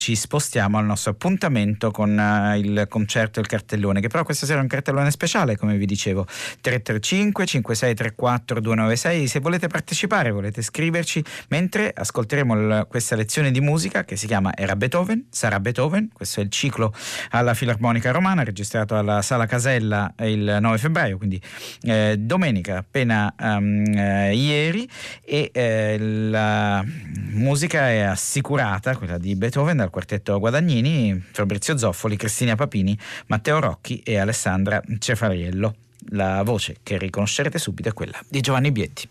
ci spostiamo al nostro appuntamento con il concerto e il cartellone, che però questa sera è un cartellone speciale, come vi dicevo. 335 5634 296. Se volete partecipare, volete scriverci mentre ascolteremo questa lezione di musica che si chiama Era Beethoven, sarà Beethoven. Questo è il ciclo alla Filarmonica Romana, registrato alla Sala Casella il 9 febbraio, quindi domenica appena ieri, e la musica è assicurata, quella di Beethoven, dal quartetto Guadagnini, Fabrizio Zoffoli, Cristina Papini, Matteo Rocchi e Alessandra Cefariello. La voce che riconoscerete subito è quella di Giovanni Bietti.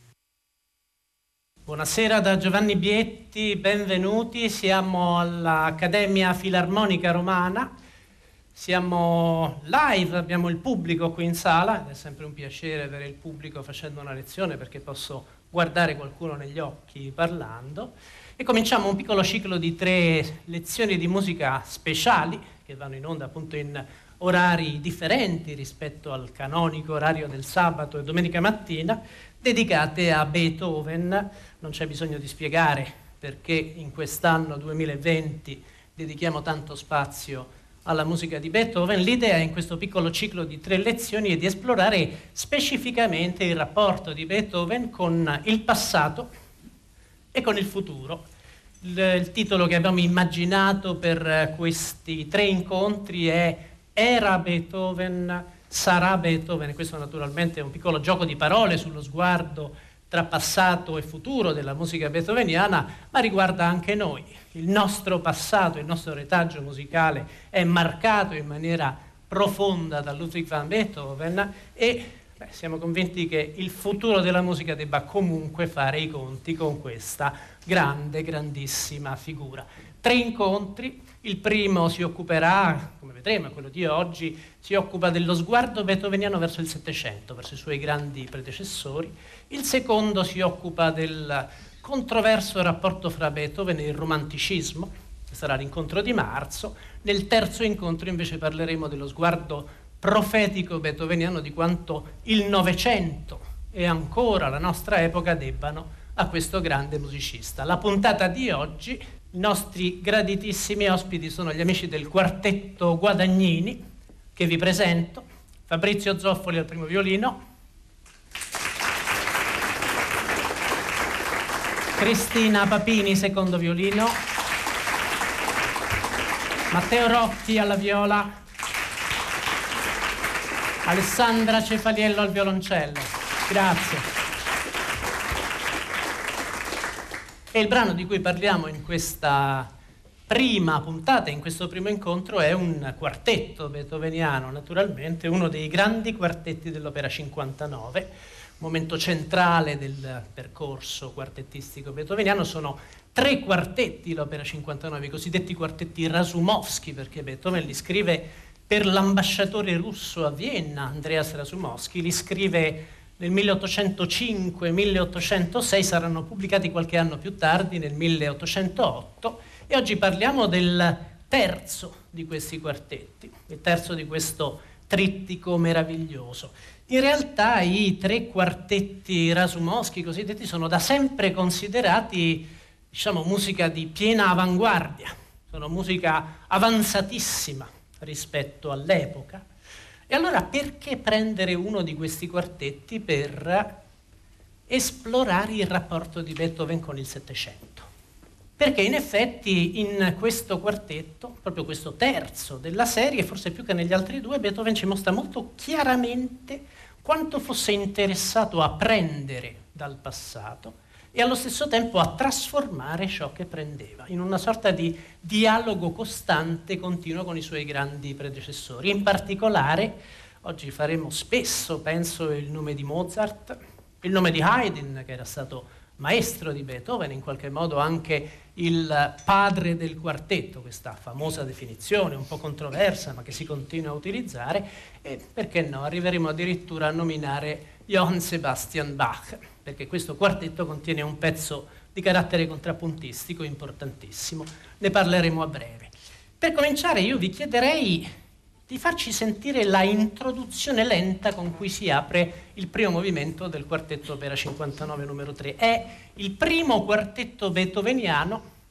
Buonasera da Giovanni Bietti, benvenuti. Siamo all'Accademia Filarmonica Romana, siamo live, abbiamo il pubblico qui in sala ed è sempre un piacere avere il pubblico facendo una lezione, perché posso guardare qualcuno negli occhi parlando. E cominciamo un piccolo ciclo di 3 lezioni di musica speciali che vanno in onda appunto in orari differenti rispetto al canonico orario del sabato e domenica mattina, dedicate a Beethoven. Non c'è bisogno di spiegare perché in quest'anno 2020 dedichiamo tanto spazio alla musica di Beethoven. L'idea in questo piccolo ciclo di 3 lezioni è di esplorare specificamente il rapporto di Beethoven con il passato e con il futuro. Il titolo che abbiamo immaginato per questi 3 incontri è Era Beethoven, sarà Beethoven. Questo naturalmente è un piccolo gioco di parole sullo sguardo tra passato e futuro della musica beethoveniana, ma riguarda anche noi. Il nostro passato, il nostro retaggio musicale è marcato in maniera profonda da Ludwig van Beethoven e siamo convinti che il futuro della musica debba comunque fare i conti con questa grandissima figura. 3 incontri, il primo si occuperà, come vedremo, quello di oggi, si occupa dello sguardo beethoveniano verso il Settecento, verso i suoi grandi predecessori. Il secondo si occupa del controverso rapporto fra Beethoven e il romanticismo, che sarà l'incontro di marzo. Nel terzo incontro invece parleremo dello sguardo profetico beethoveniano, di quanto il Novecento e ancora la nostra epoca debbano a questo grande musicista. La puntata di oggi, i nostri graditissimi ospiti sono gli amici del quartetto Guadagnini, che vi presento: Fabrizio Zoffoli al primo violino, Cristina Papini secondo violino, Matteo Rocchi alla viola, Alessandra Cefaliello al violoncello. Grazie. E il brano di cui parliamo in questa prima puntata, in questo primo incontro, è un quartetto beethoveniano, naturalmente uno dei grandi quartetti dell'Opera 59, momento centrale del percorso quartettistico beethoveniano. Sono 3 quartetti l'Opera 59, i cosiddetti quartetti Rasoumovsky, perché Beethoven li scrive per l'ambasciatore russo a Vienna, Andreas Rasoumovsky. Li scrive nel 1805-1806, saranno pubblicati qualche anno più tardi, nel 1808, e oggi parliamo del terzo di questi quartetti, il terzo di questo trittico meraviglioso. In realtà i 3 quartetti Rasoumovsky cosiddetti sono da sempre considerati, diciamo, musica di piena avanguardia, sono musica avanzatissima rispetto all'epoca. E allora perché prendere uno di questi quartetti per esplorare il rapporto di Beethoven con il Settecento? Perché in effetti in questo quartetto, proprio questo terzo della serie, forse più che negli altri 2, Beethoven ci mostra molto chiaramente quanto fosse interessato a prendere dal passato e allo stesso tempo a trasformare ciò che prendeva, in una sorta di dialogo costante, continuo con i suoi grandi predecessori. In particolare, oggi faremo spesso, penso, il nome di Mozart, il nome di Haydn, che era stato maestro di Beethoven, in qualche modo anche il padre del quartetto, questa famosa definizione un po' controversa ma che si continua a utilizzare, e perché no, arriveremo addirittura a nominare Johann Sebastian Bach, perché questo quartetto contiene un pezzo di carattere contrappuntistico importantissimo. Ne parleremo a breve. Per cominciare io vi chiederei di farci sentire la introduzione lenta con cui si apre il primo movimento del quartetto Opera 59 numero 3. È il primo quartetto beethoveniano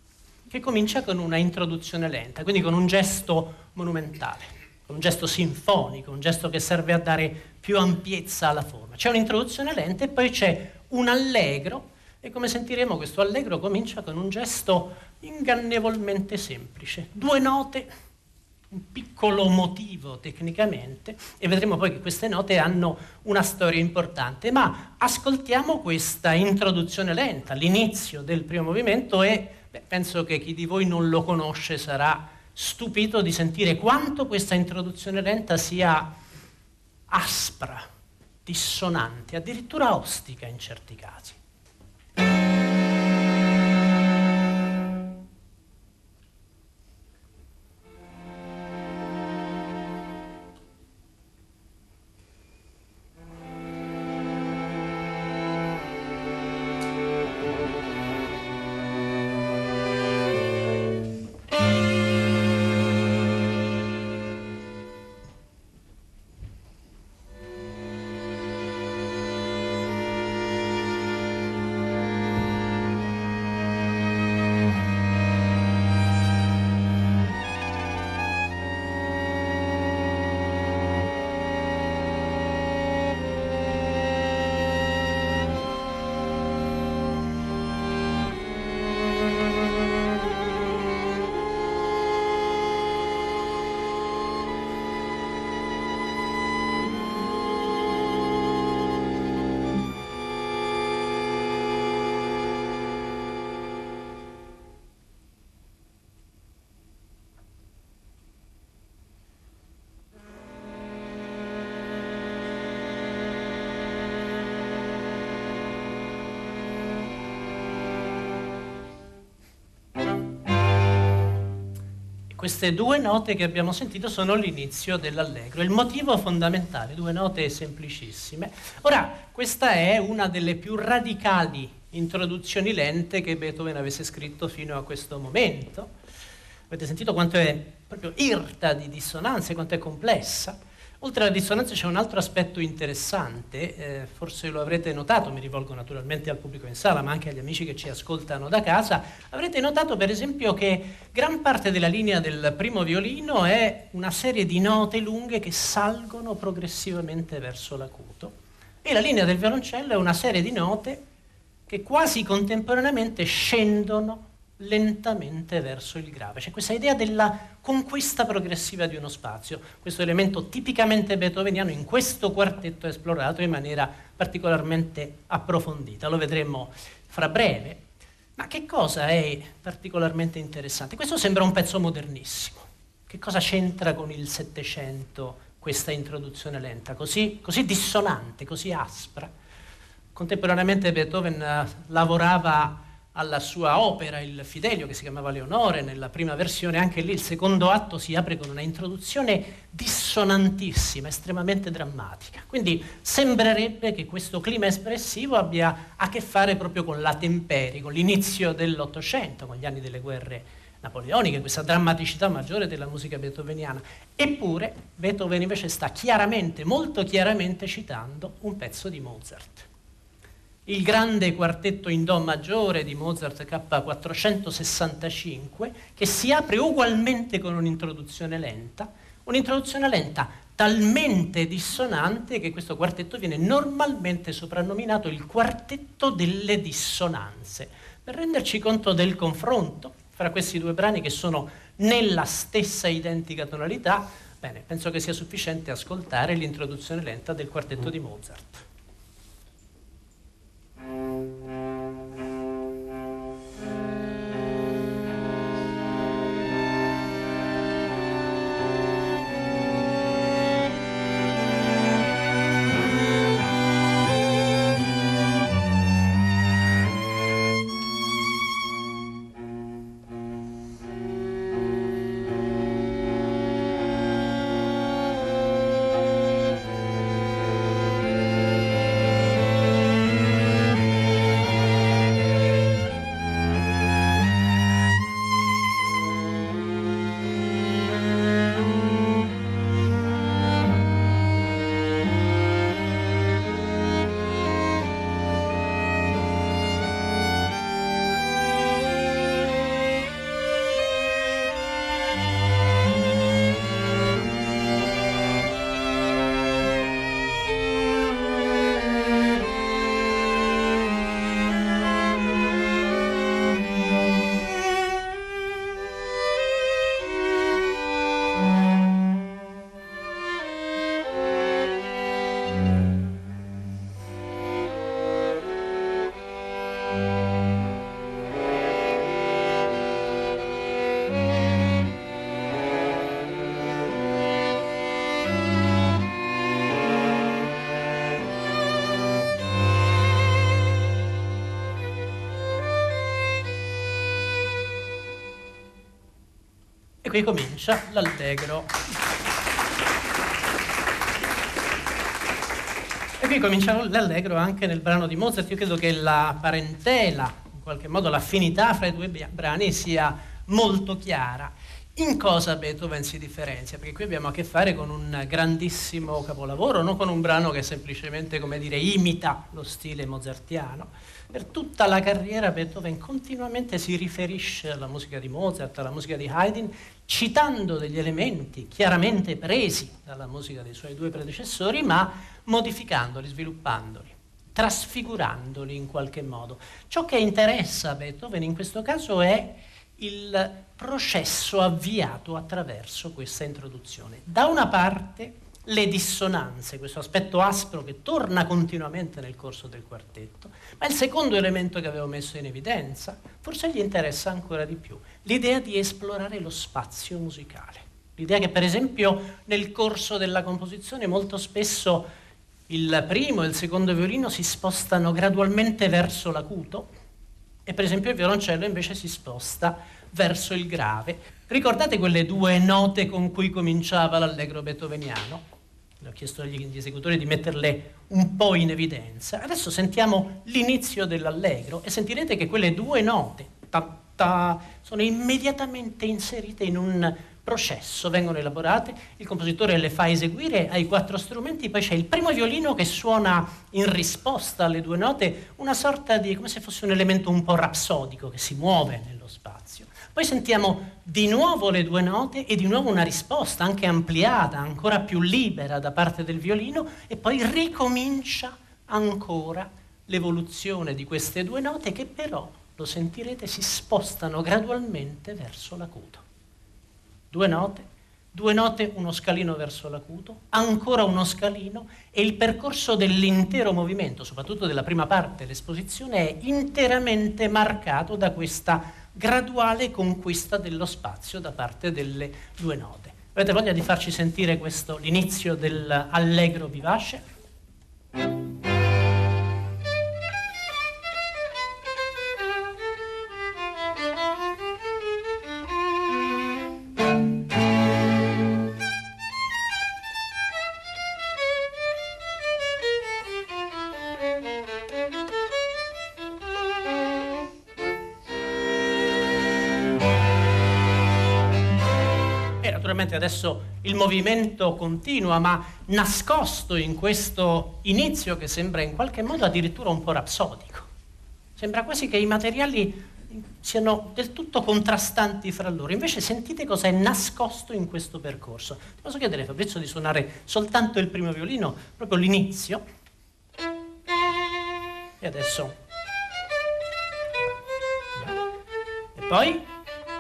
che comincia con una introduzione lenta, quindi con un gesto monumentale, con un gesto sinfonico, un gesto che serve a dare più ampiezza alla forma. C'è un'introduzione lenta e poi c'è un allegro, e come sentiremo questo allegro comincia con un gesto ingannevolmente semplice, 2 note, un piccolo motivo tecnicamente, e vedremo poi che queste note hanno una storia importante, ma ascoltiamo questa introduzione lenta, l'inizio del primo movimento, e penso che chi di voi non lo conosce sarà stupito di sentire quanto questa introduzione lenta sia aspra, dissonante, addirittura ostica in certi casi. Queste 2 note che abbiamo sentito sono l'inizio dell'allegro, il motivo fondamentale, 2 note semplicissime. Ora, questa è una delle più radicali introduzioni lente che Beethoven avesse scritto fino a questo momento. Avete sentito quanto è proprio irta di dissonanze, quanto è complessa? Oltre alla dissonanza c'è un altro aspetto interessante, forse lo avrete notato, mi rivolgo naturalmente al pubblico in sala, ma anche agli amici che ci ascoltano da casa. Avrete notato per esempio che gran parte della linea del primo violino è una serie di note lunghe che salgono progressivamente verso l'acuto, e la linea del violoncello è una serie di note che quasi contemporaneamente scendono lentamente verso il grave. C'è questa idea della conquista progressiva di uno spazio, questo elemento tipicamente beethoveniano in questo quartetto è esplorato in maniera particolarmente approfondita, lo vedremo fra breve. Ma che cosa è particolarmente interessante? Questo sembra un pezzo modernissimo. Che cosa c'entra con il Settecento questa introduzione lenta, così dissonante, così aspra? Contemporaneamente Beethoven lavorava alla sua opera il Fidelio, che si chiamava Leonore, nella prima versione. Anche lì il secondo atto si apre con una introduzione dissonantissima, estremamente drammatica. Quindi sembrerebbe che questo clima espressivo abbia a che fare proprio con la temperie, con l'inizio dell'Ottocento, con gli anni delle guerre napoleoniche, questa drammaticità maggiore della musica beethoveniana. Eppure Beethoven invece sta chiaramente, molto chiaramente citando un pezzo di Mozart. Il grande quartetto in Do maggiore di Mozart K465, che si apre ugualmente con un'introduzione lenta talmente dissonante che questo quartetto viene normalmente soprannominato il quartetto delle dissonanze, per renderci conto del confronto fra questi 2 brani che sono nella stessa identica tonalità. Bene, penso che sia sufficiente ascoltare l'introduzione lenta del quartetto di Mozart. E qui comincia l'allegro. E qui comincia l'allegro anche nel brano di Mozart. Io credo che la parentela, in qualche modo l'affinità fra i due brani sia molto chiara. In cosa Beethoven si differenzia? Perché qui abbiamo a che fare con un grandissimo capolavoro, non con un brano che semplicemente, come dire, imita lo stile mozartiano. Per tutta la carriera Beethoven continuamente si riferisce alla musica di Mozart, alla musica di Haydn, citando degli elementi chiaramente presi dalla musica dei suoi due predecessori, ma modificandoli, sviluppandoli, trasfigurandoli in qualche modo. Ciò che interessa a Beethoven in questo caso è il processo avviato attraverso questa introduzione. Da una parte le dissonanze, questo aspetto aspro che torna continuamente nel corso del quartetto, ma il secondo elemento che avevo messo in evidenza forse gli interessa ancora di più, l'idea di esplorare lo spazio musicale, l'idea che per esempio nel corso della composizione molto spesso il primo e il secondo violino si spostano gradualmente verso l'acuto e per esempio il violoncello invece si sposta verso il grave. Ricordate quelle due note con cui cominciava l'allegro beethoveniano? Le ho chiesto agli esecutori di metterle un po' in evidenza. Adesso sentiamo l'inizio dell'allegro e sentirete che quelle due note ta, ta, sono immediatamente inserite in un processo, vengono elaborate, il compositore le fa eseguire ai quattro strumenti, poi c'è il primo violino che suona in risposta alle due note una sorta di, come se fosse un elemento un po' rapsodico che si muove nello spazio. Poi sentiamo di nuovo le due note e di nuovo una risposta anche ampliata, ancora più libera da parte del violino e poi ricomincia ancora l'evoluzione di queste due note che però, lo sentirete, si spostano gradualmente verso l'acuto. Due note, uno scalino verso l'acuto, ancora uno scalino e il percorso dell'intero movimento, soprattutto della prima parte dell'esposizione, è interamente marcato da questa graduale conquista dello spazio da parte delle due note. Avete voglia di farci sentire questo, l'inizio dell'allegro vivace? Adesso il movimento continua, ma nascosto in questo inizio che sembra in qualche modo addirittura un po' rapsodico. Sembra quasi che i materiali siano del tutto contrastanti fra loro. Invece sentite cosa è nascosto in questo percorso. Ti posso chiedere, Fabrizio, di suonare soltanto il primo violino, proprio l'inizio? E adesso? E poi?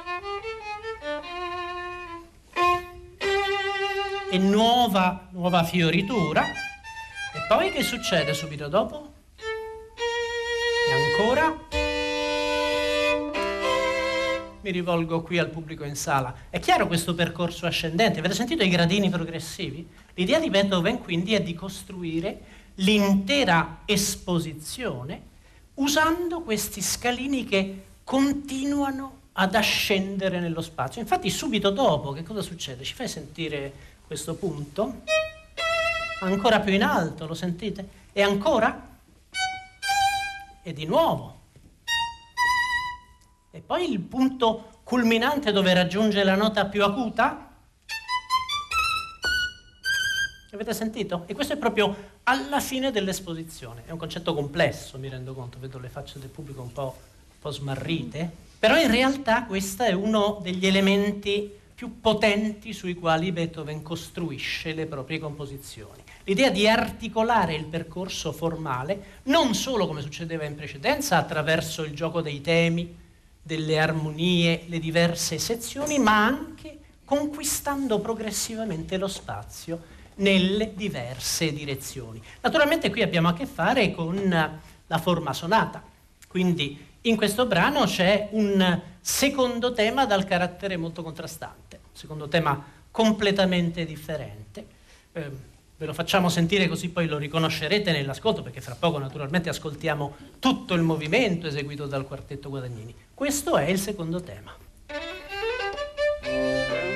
E nuova fioritura. E poi che succede subito dopo? E ancora? Mi rivolgo qui al pubblico in sala. È chiaro questo percorso ascendente? Avete sentito i gradini progressivi? L'idea di Beethoven quindi è di costruire l'intera esposizione usando questi scalini che continuano ad ascendere nello spazio. Infatti subito dopo che cosa succede? Ci fai sentire questo punto, ancora più in alto, lo sentite? E ancora? E di nuovo. E poi il punto culminante dove raggiunge la nota più acuta? Avete sentito? E questo è proprio alla fine dell'esposizione. È un concetto complesso, mi rendo conto, vedo le facce del pubblico un po' smarrite, però in realtà questo è uno degli elementi più potenti sui quali Beethoven costruisce le proprie composizioni. L'idea di articolare il percorso formale, non solo come succedeva in precedenza, attraverso il gioco dei temi, delle armonie, le diverse sezioni, ma anche conquistando progressivamente lo spazio nelle diverse direzioni. Naturalmente qui abbiamo a che fare con la forma sonata, quindi in questo brano c'è un secondo tema dal carattere molto contrastante, un secondo tema completamente differente. Ve lo facciamo sentire così poi lo riconoscerete nell'ascolto, perché fra poco naturalmente ascoltiamo tutto il movimento eseguito dal quartetto Guadagnini. Questo è il secondo tema.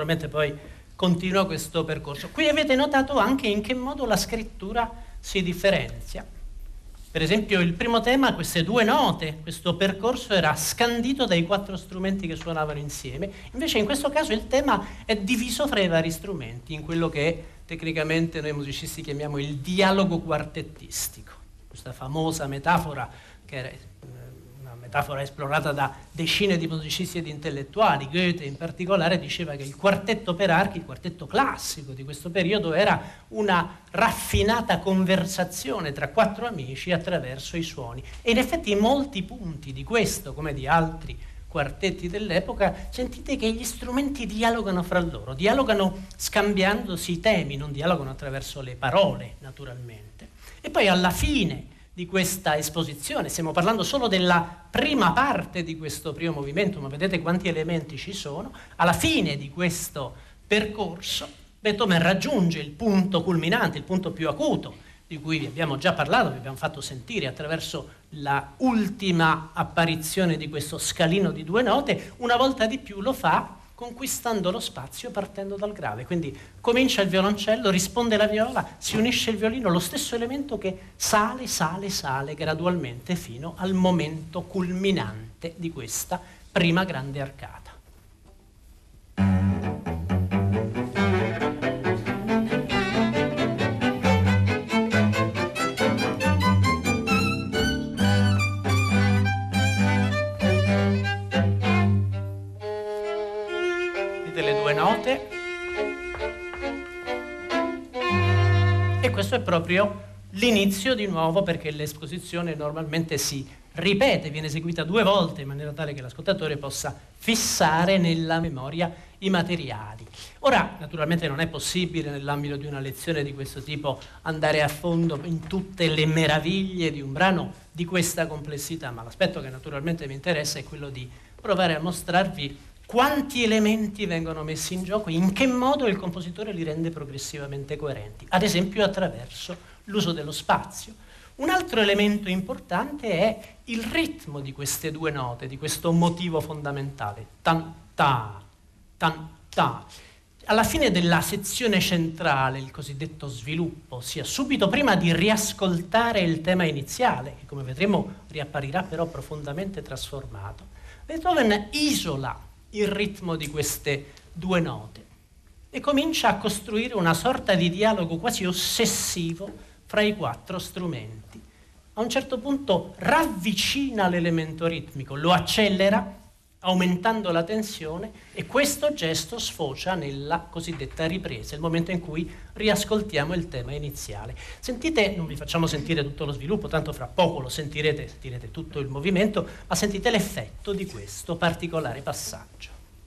naturalmente poi continua questo percorso. Qui avete notato anche in che modo la scrittura si differenzia. Per esempio il primo tema, queste due note, questo percorso era scandito dai 4 strumenti che suonavano insieme, invece in questo caso il tema è diviso fra i vari strumenti, in quello che tecnicamente noi musicisti chiamiamo il dialogo quartettistico, questa famosa metafora che era una metafora esplorata da decine di musicisti ed intellettuali. Goethe in particolare diceva che il quartetto per archi, il quartetto classico di questo periodo, era una raffinata conversazione tra 4 amici attraverso i suoni. E in effetti molti punti di questo, come di altri quartetti dell'epoca, sentite che gli strumenti dialogano fra loro, dialogano scambiandosi i temi, non dialogano attraverso le parole, naturalmente. E poi alla fine di questa esposizione, stiamo parlando solo della prima parte di questo primo movimento, ma vedete quanti elementi ci sono, alla fine di questo percorso Beethoven raggiunge il punto culminante, il punto più acuto, di cui vi abbiamo già parlato, vi abbiamo fatto sentire attraverso la ultima apparizione di questo scalino di 2 note. Una volta di più lo fa conquistando lo spazio partendo dal grave. Quindi comincia il violoncello, risponde la viola, si unisce il violino, lo stesso elemento che sale, sale, sale gradualmente fino al momento culminante di questa prima grande arcata. E questo è proprio l'inizio di nuovo, perché l'esposizione normalmente si ripete, viene eseguita 2 volte in maniera tale che l'ascoltatore possa fissare nella memoria i materiali. Ora, naturalmente non è possibile nell'ambito di una lezione di questo tipo andare a fondo in tutte le meraviglie di un brano di questa complessità, ma l'aspetto che naturalmente mi interessa è quello di provare a mostrarvi quanti elementi vengono messi in gioco, in che modo il compositore li rende progressivamente coerenti, ad esempio attraverso l'uso dello spazio. Un altro elemento importante è il ritmo di queste 2 note, di questo motivo fondamentale, tan ta, tan ta. Alla fine della sezione centrale, il cosiddetto sviluppo, ossia subito prima di riascoltare il tema iniziale, che come vedremo riapparirà però profondamente trasformato, Beethoven isola il ritmo di queste 2 note e comincia a costruire una sorta di dialogo quasi ossessivo fra i 4 strumenti. A un certo punto ravvicina l'elemento ritmico, lo accelera aumentando la tensione, e questo gesto sfocia nella cosiddetta ripresa, il momento in cui riascoltiamo il tema iniziale. Sentite, non vi facciamo sentire tutto lo sviluppo, tanto fra poco lo sentirete tutto il movimento, ma sentite l'effetto di questo particolare passaggio.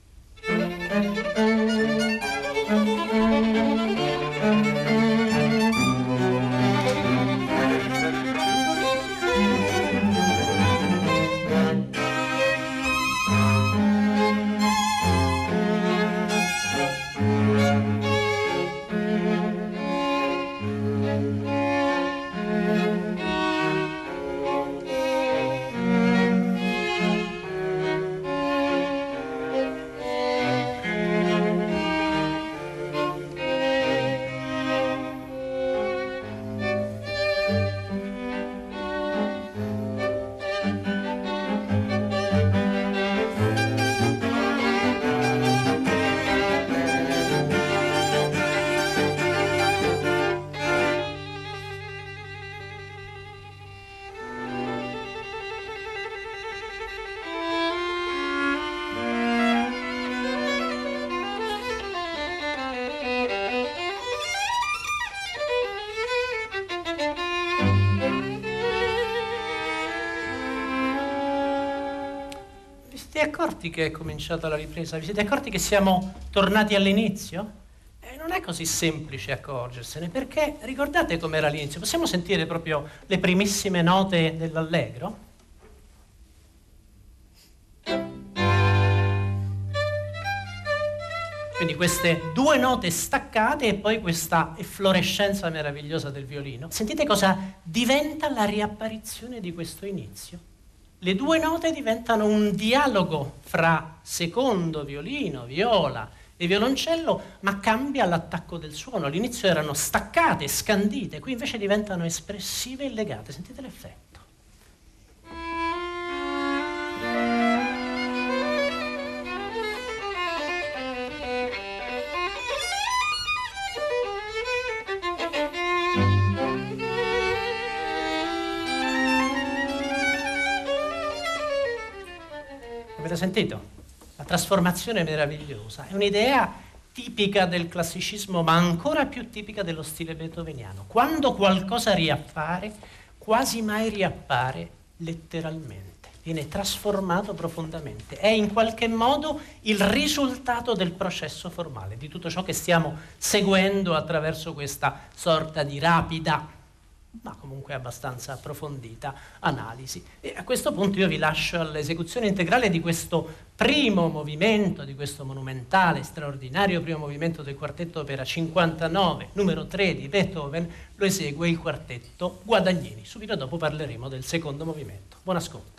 Accorti che è cominciata la ripresa? Vi siete accorti che siamo tornati all'inizio? Non è così semplice accorgersene, perché ricordate com'era all'inizio? Possiamo sentire proprio le primissime note dell'allegro? Quindi queste 2 note staccate e poi questa efflorescenza meravigliosa del violino. Sentite cosa diventa la riapparizione di questo inizio? Le 2 note diventano un dialogo fra secondo violino, viola e violoncello, ma cambia l'attacco del suono. All'inizio erano staccate, scandite, qui invece diventano espressive e legate. Sentite l'effetto. Avete sentito? La trasformazione meravigliosa. È un'idea tipica del classicismo, ma ancora più tipica dello stile beethoveniano. Quando qualcosa riappare, quasi mai riappare letteralmente. Viene trasformato profondamente. È in qualche modo il risultato del processo formale, di tutto ciò che stiamo seguendo attraverso questa sorta di rapida, ma comunque abbastanza approfondita analisi. E a questo punto io vi lascio all'esecuzione integrale di questo primo movimento, di questo monumentale, straordinario primo movimento del quartetto opera 59, numero 3 di Beethoven. Lo esegue il quartetto Guadagnini. Subito dopo parleremo del secondo movimento. Buon ascolto.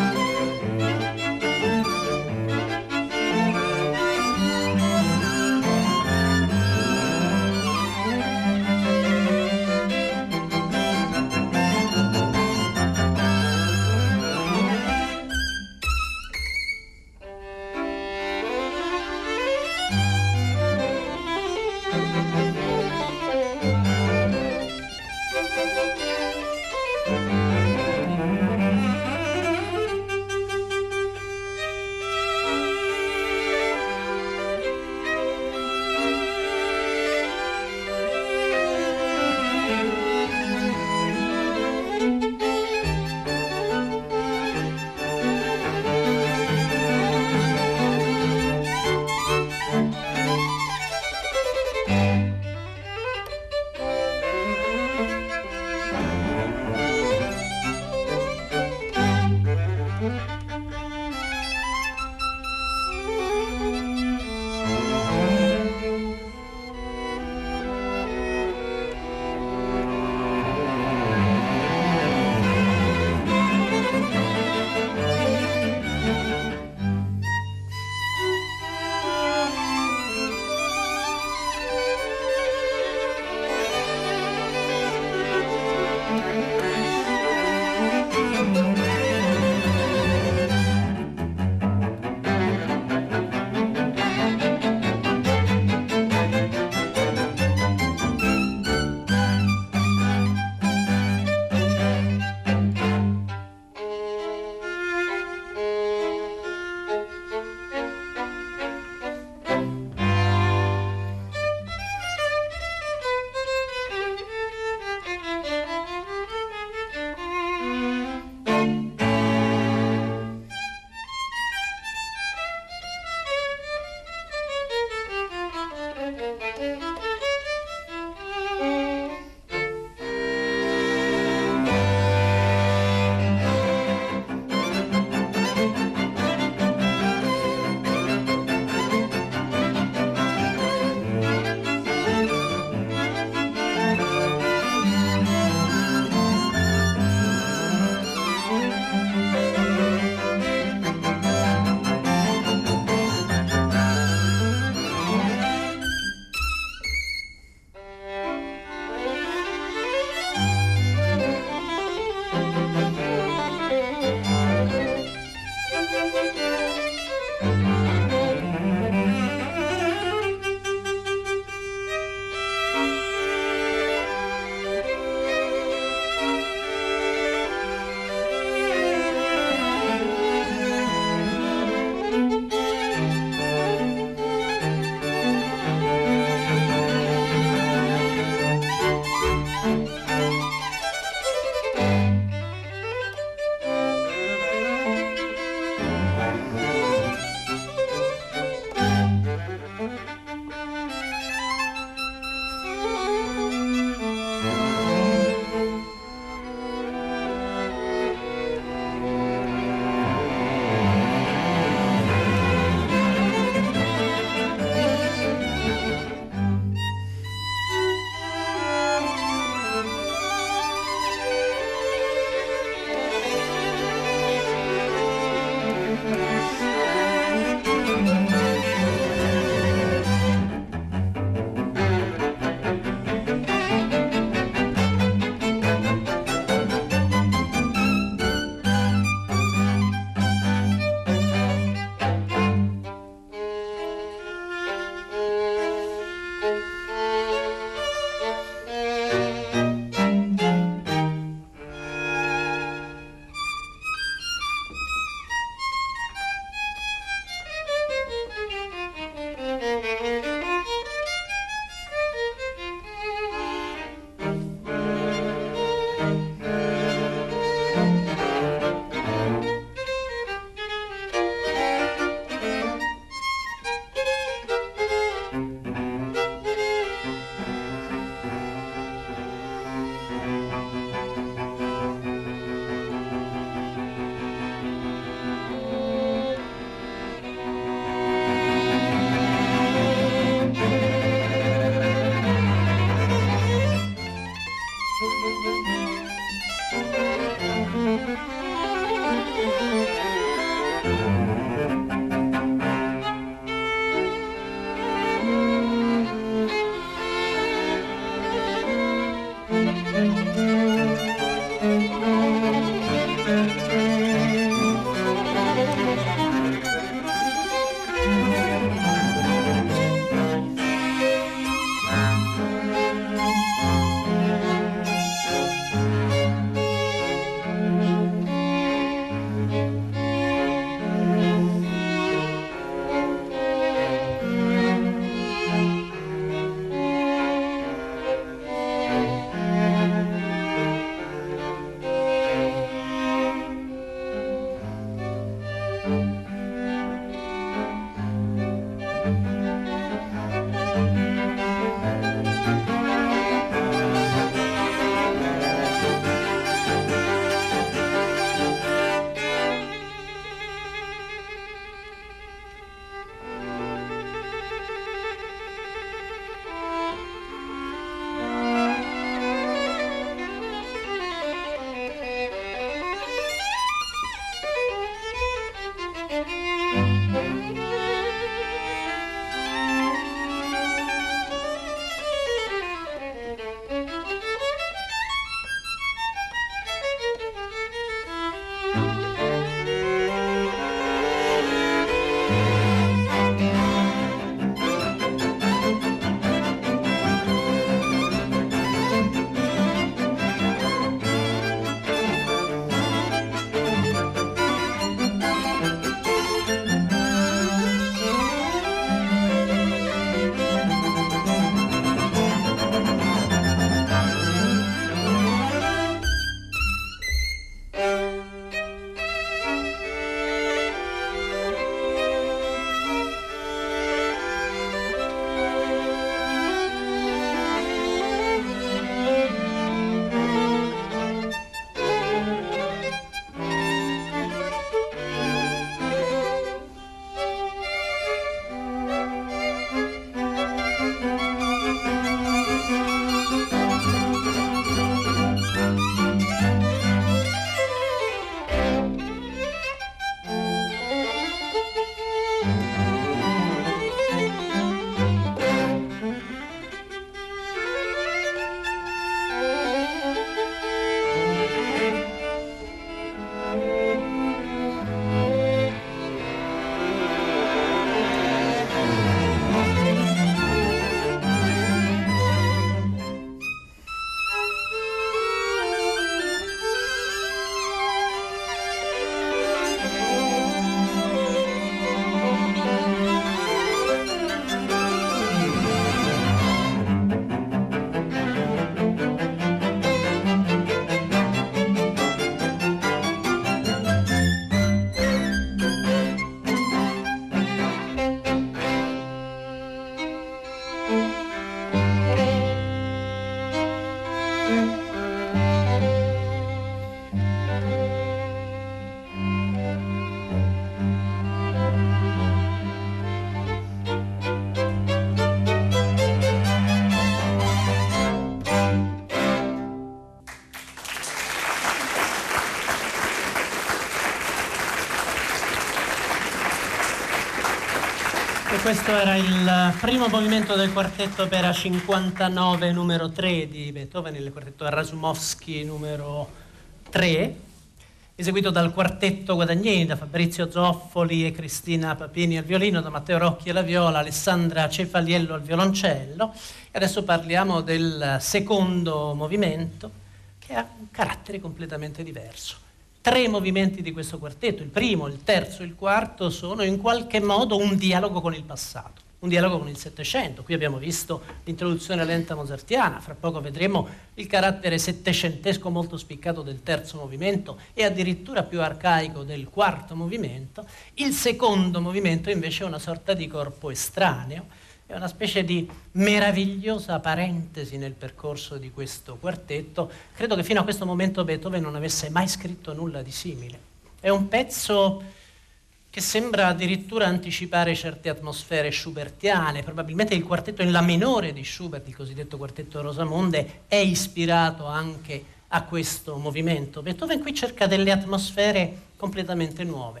E questo era il primo movimento del quartetto opera 59 numero 3 di Beethoven, il quartetto Razumovsky numero 3, eseguito dal quartetto Guadagnini, da Fabrizio Zoffoli e Cristina Papini al violino, da Matteo Rocchi alla viola, Alessandra Cefaliello al violoncello. E adesso parliamo del secondo movimento, che ha un carattere completamente diverso. 3 movimenti di questo quartetto, il primo, il terzo e il quarto, sono in qualche modo un dialogo con il passato, un dialogo con il Settecento. Qui abbiamo visto l'introduzione lenta mozartiana, fra poco vedremo il carattere settecentesco molto spiccato del terzo movimento e addirittura più arcaico del quarto movimento. Il secondo movimento invece è una sorta di corpo estraneo, è una specie di meravigliosa parentesi nel percorso di questo quartetto. Credo che fino a questo momento Beethoven non avesse mai scritto nulla di simile. È un pezzo che sembra addirittura anticipare certe atmosfere schubertiane. Probabilmente il quartetto in La minore di Schubert, il cosiddetto quartetto Rosamonde, è ispirato anche a questo movimento. Beethoven qui cerca delle atmosfere completamente nuove.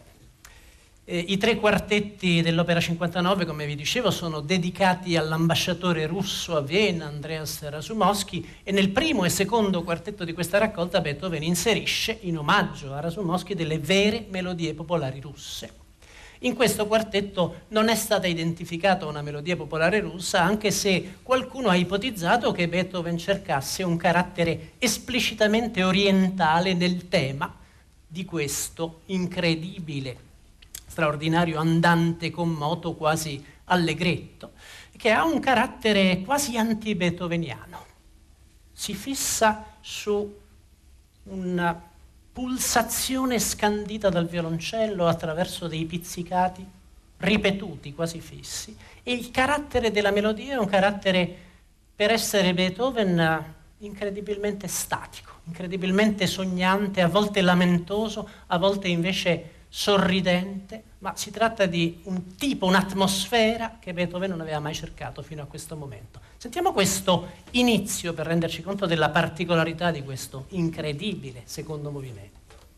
I 3 quartetti dell'opera 59, come vi dicevo, sono dedicati all'ambasciatore russo a Vienna, Andreas Razumovsky, e nel primo e secondo quartetto di questa raccolta Beethoven inserisce, in omaggio a Razumovsky, delle vere melodie popolari russe. In questo quartetto non è stata identificata una melodia popolare russa, anche se qualcuno ha ipotizzato che Beethoven cercasse un carattere esplicitamente orientale nel tema di questo incredibile, straordinario andante con moto quasi allegretto, che ha un carattere quasi anti-beethoveniano. Si fissa su una pulsazione scandita dal violoncello attraverso dei pizzicati ripetuti, quasi fissi, e il carattere della melodia è un carattere, per essere Beethoven, incredibilmente statico, incredibilmente sognante, a volte lamentoso, a volte invece sorridente, ma si tratta di un tipo, un'atmosfera che Beethoven non aveva mai cercato fino a questo momento. Sentiamo questo inizio per renderci conto della particolarità di questo incredibile secondo movimento.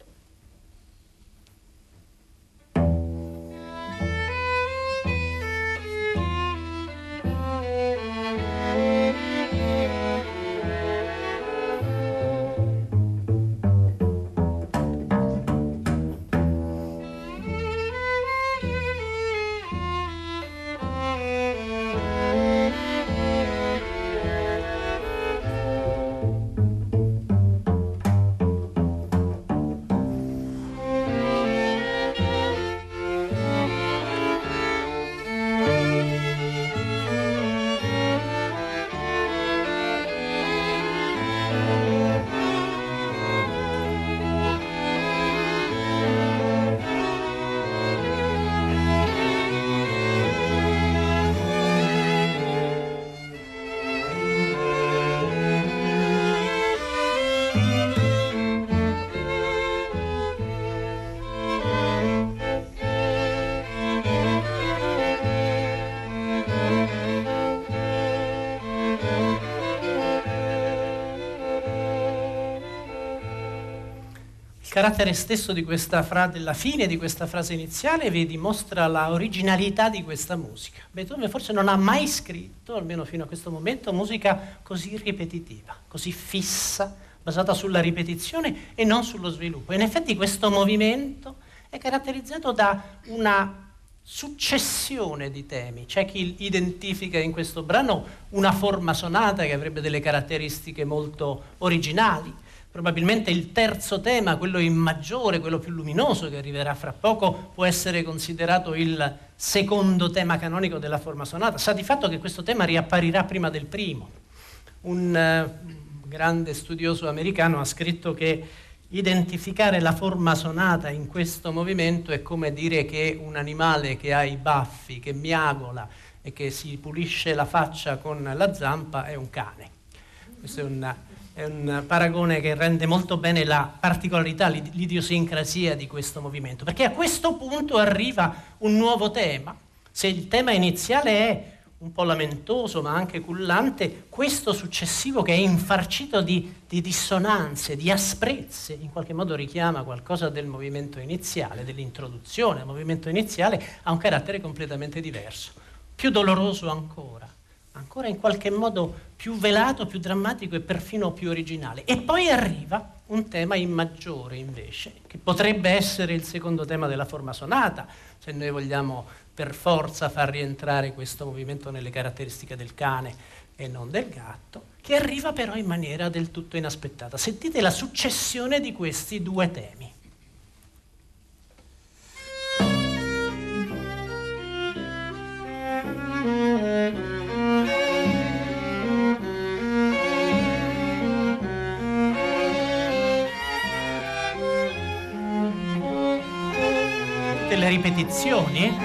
Il carattere stesso di questa della fine di questa frase iniziale vi dimostra la originalità di questa musica. Beethoven forse non ha mai scritto, almeno fino a questo momento, musica così ripetitiva, così fissa, basata sulla ripetizione e non sullo sviluppo. In effetti questo movimento è caratterizzato da una successione di temi. C'è chi identifica in questo brano una forma sonata che avrebbe delle caratteristiche molto originali. Probabilmente il terzo tema, quello in maggiore, quello più luminoso che arriverà fra poco, può essere considerato il secondo tema canonico della forma sonata. Sa di fatto che questo tema riapparirà prima del primo. Un grande studioso americano ha scritto che identificare la forma sonata in questo movimento è come dire che un animale che ha i baffi, che miagola e che si pulisce la faccia con la zampa è un cane. Questo è un paragone che rende molto bene la particolarità, l'idiosincrasia di questo movimento, perché a questo punto arriva un nuovo tema. Se il tema iniziale è un po' lamentoso ma anche cullante, questo successivo, che è infarcito di dissonanze, di asprezze, in qualche modo richiama qualcosa del movimento iniziale, dell'introduzione al movimento iniziale, ha un carattere completamente diverso. più doloroso ancora in qualche modo più velato, più drammatico e perfino più originale. E poi arriva un tema in maggiore invece, che potrebbe essere il secondo tema della forma sonata, se noi vogliamo per forza far rientrare questo movimento nelle caratteristiche del cane e non del gatto, che arriva però in maniera del tutto inaspettata. Sentite la successione di questi due temi. Delle ripetizioni.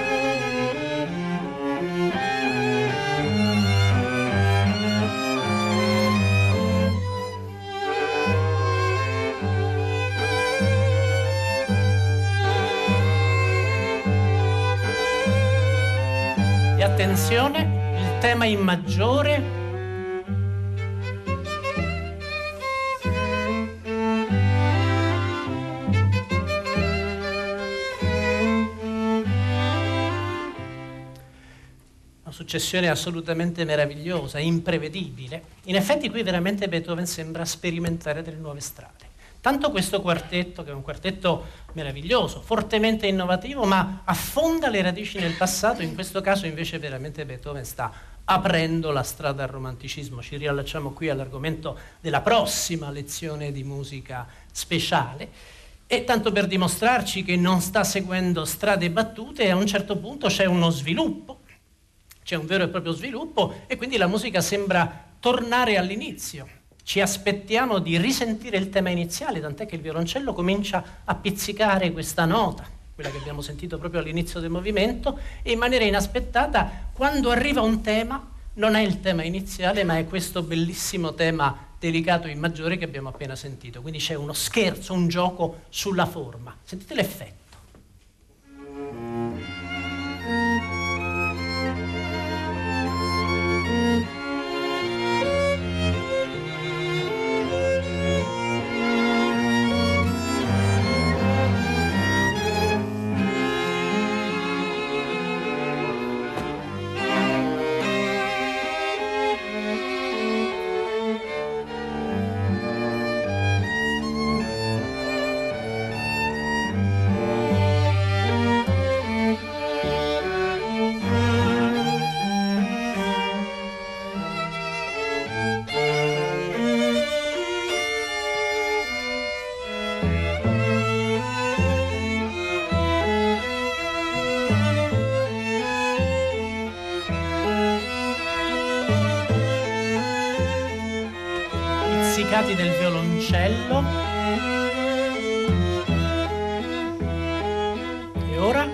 E attenzione, il tema in maggiore. Successione assolutamente meravigliosa, imprevedibile. In effetti qui veramente Beethoven sembra sperimentare delle nuove strade. Tanto questo quartetto, che è un quartetto meraviglioso, fortemente innovativo, ma affonda le radici nel passato, in questo caso invece veramente Beethoven sta aprendo la strada al romanticismo. Ci riallacciamo qui all'argomento della prossima lezione di musica speciale. E tanto per dimostrarci che non sta seguendo strade battute, a un certo punto c'è uno sviluppo, c'è un vero e proprio sviluppo e quindi la musica sembra tornare all'inizio. Ci aspettiamo di risentire il tema iniziale, tant'è che il violoncello comincia a pizzicare questa nota, quella che abbiamo sentito proprio all'inizio del movimento, e in maniera inaspettata, quando arriva un tema, non è il tema iniziale, ma è questo bellissimo tema delicato in maggiore che abbiamo appena sentito. Quindi c'è uno scherzo, un gioco sulla forma. Sentite l'effetto. Del violoncello. E ora?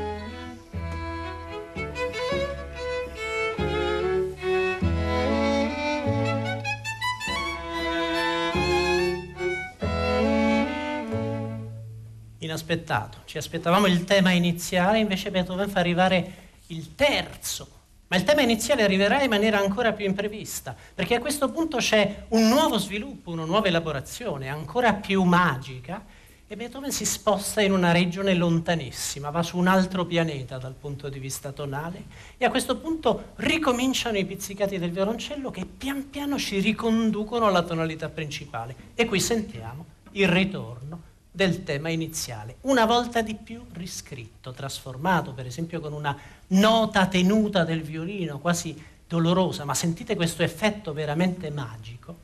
Inaspettato. Ci aspettavamo il tema iniziale, invece Beethoven fa arrivare il terzo. Ma il tema iniziale arriverà in maniera ancora più imprevista, perché a questo punto c'è un nuovo sviluppo, una nuova elaborazione, ancora più magica, e Beethoven si sposta in una regione lontanissima, va su un altro pianeta dal punto di vista tonale, e a questo punto ricominciano i pizzicati del violoncello che pian piano ci riconducono alla tonalità principale. E qui sentiamo il ritorno del tema iniziale, una volta di più riscritto, trasformato, per esempio con una nota tenuta del violino, quasi dolorosa, ma sentite questo effetto veramente magico.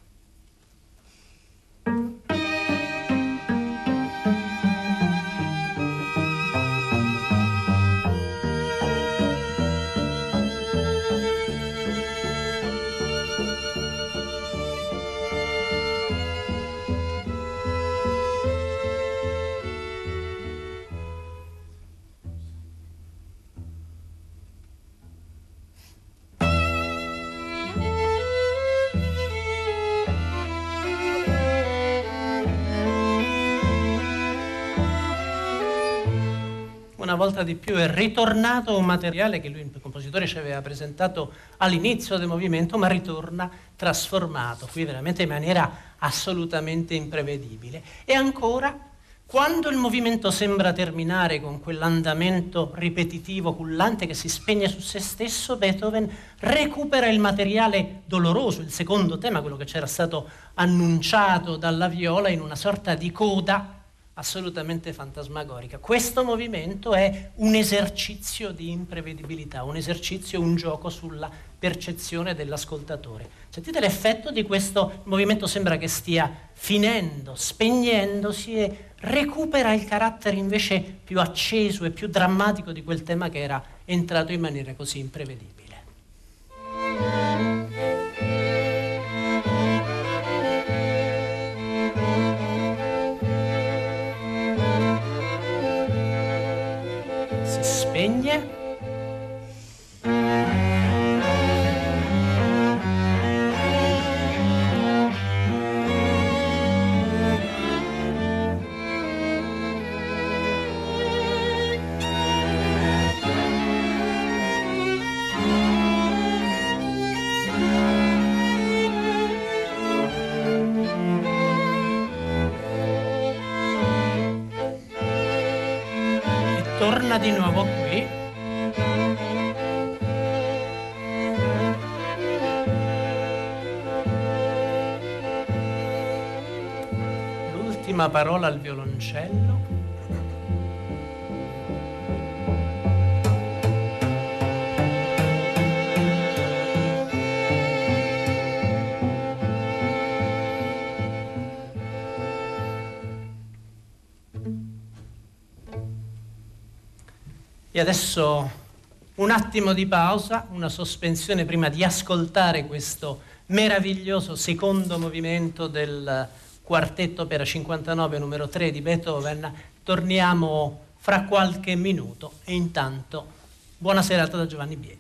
Una volta di più è ritornato un materiale che lui, il compositore, ci aveva presentato all'inizio del movimento, ma ritorna trasformato, qui veramente in maniera assolutamente imprevedibile. E ancora Quando il movimento sembra terminare con quell'andamento ripetitivo, cullante che si spegne su se stesso, Beethoven recupera il materiale doloroso, il secondo tema, quello che c'era stato annunciato dalla viola, in una sorta di coda assolutamente fantasmagorica. Questo movimento è un esercizio di imprevedibilità, un esercizio, un gioco sulla percezione dell'ascoltatore. Sentite l'effetto di questo movimento, sembra che stia finendo, spegnendosi, e recupera il carattere invece più acceso e più drammatico di quel tema che era entrato in maniera così imprevedibile. Si spegne. Torna di nuovo qui. L'ultima parola al violoncello. E adesso un attimo di pausa, una sospensione prima di ascoltare questo meraviglioso secondo movimento del quartetto opera 59 numero 3 di Beethoven. Torniamo fra qualche minuto e intanto buona serata da Giovanni Bietti.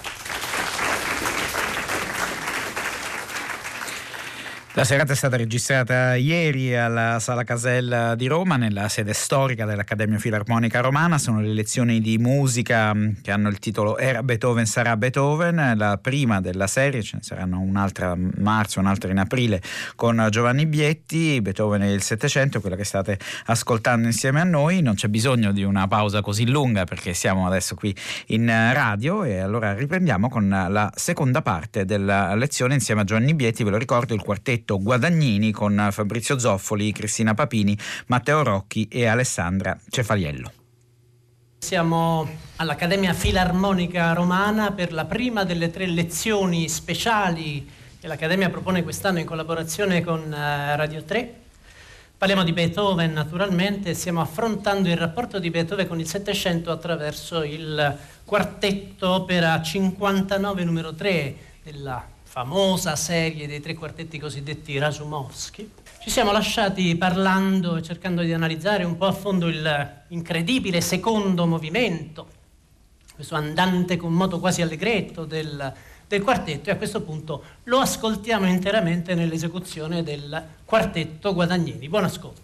La serata è stata registrata ieri alla Sala Casella di Roma, nella sede storica dell'Accademia Filarmonica Romana. Sono le lezioni di musica che hanno il titolo Era Beethoven, sarà Beethoven, la prima della serie. Ce ne saranno un'altra a marzo, un'altra in aprile con Giovanni Bietti. Beethoven e il Settecento, quella che state ascoltando insieme a noi. Non c'è bisogno di una pausa così lunga perché siamo adesso qui in radio, e allora riprendiamo con la seconda parte della lezione insieme a Giovanni Bietti. Ve lo ricordo, il quartetto Guadagnini con Fabrizio Zoffoli, Cristina Papini, Matteo Rocchi e Alessandra Cefaliello. Siamo all'Accademia Filarmonica Romana per la prima delle 3 lezioni speciali che l'Accademia propone quest'anno in collaborazione con Radio 3. Parliamo di Beethoven, naturalmente. Stiamo affrontando il rapporto di Beethoven con il Settecento attraverso il quartetto opera 59 numero 3 della famosa serie dei 3 quartetti cosiddetti Rasoumovsky. Ci siamo lasciati parlando e cercando di analizzare un po' a fondo il incredibile secondo movimento, questo andante con moto quasi allegretto del quartetto, e a questo punto lo ascoltiamo interamente nell'esecuzione del quartetto Guadagnini. Buon ascolto.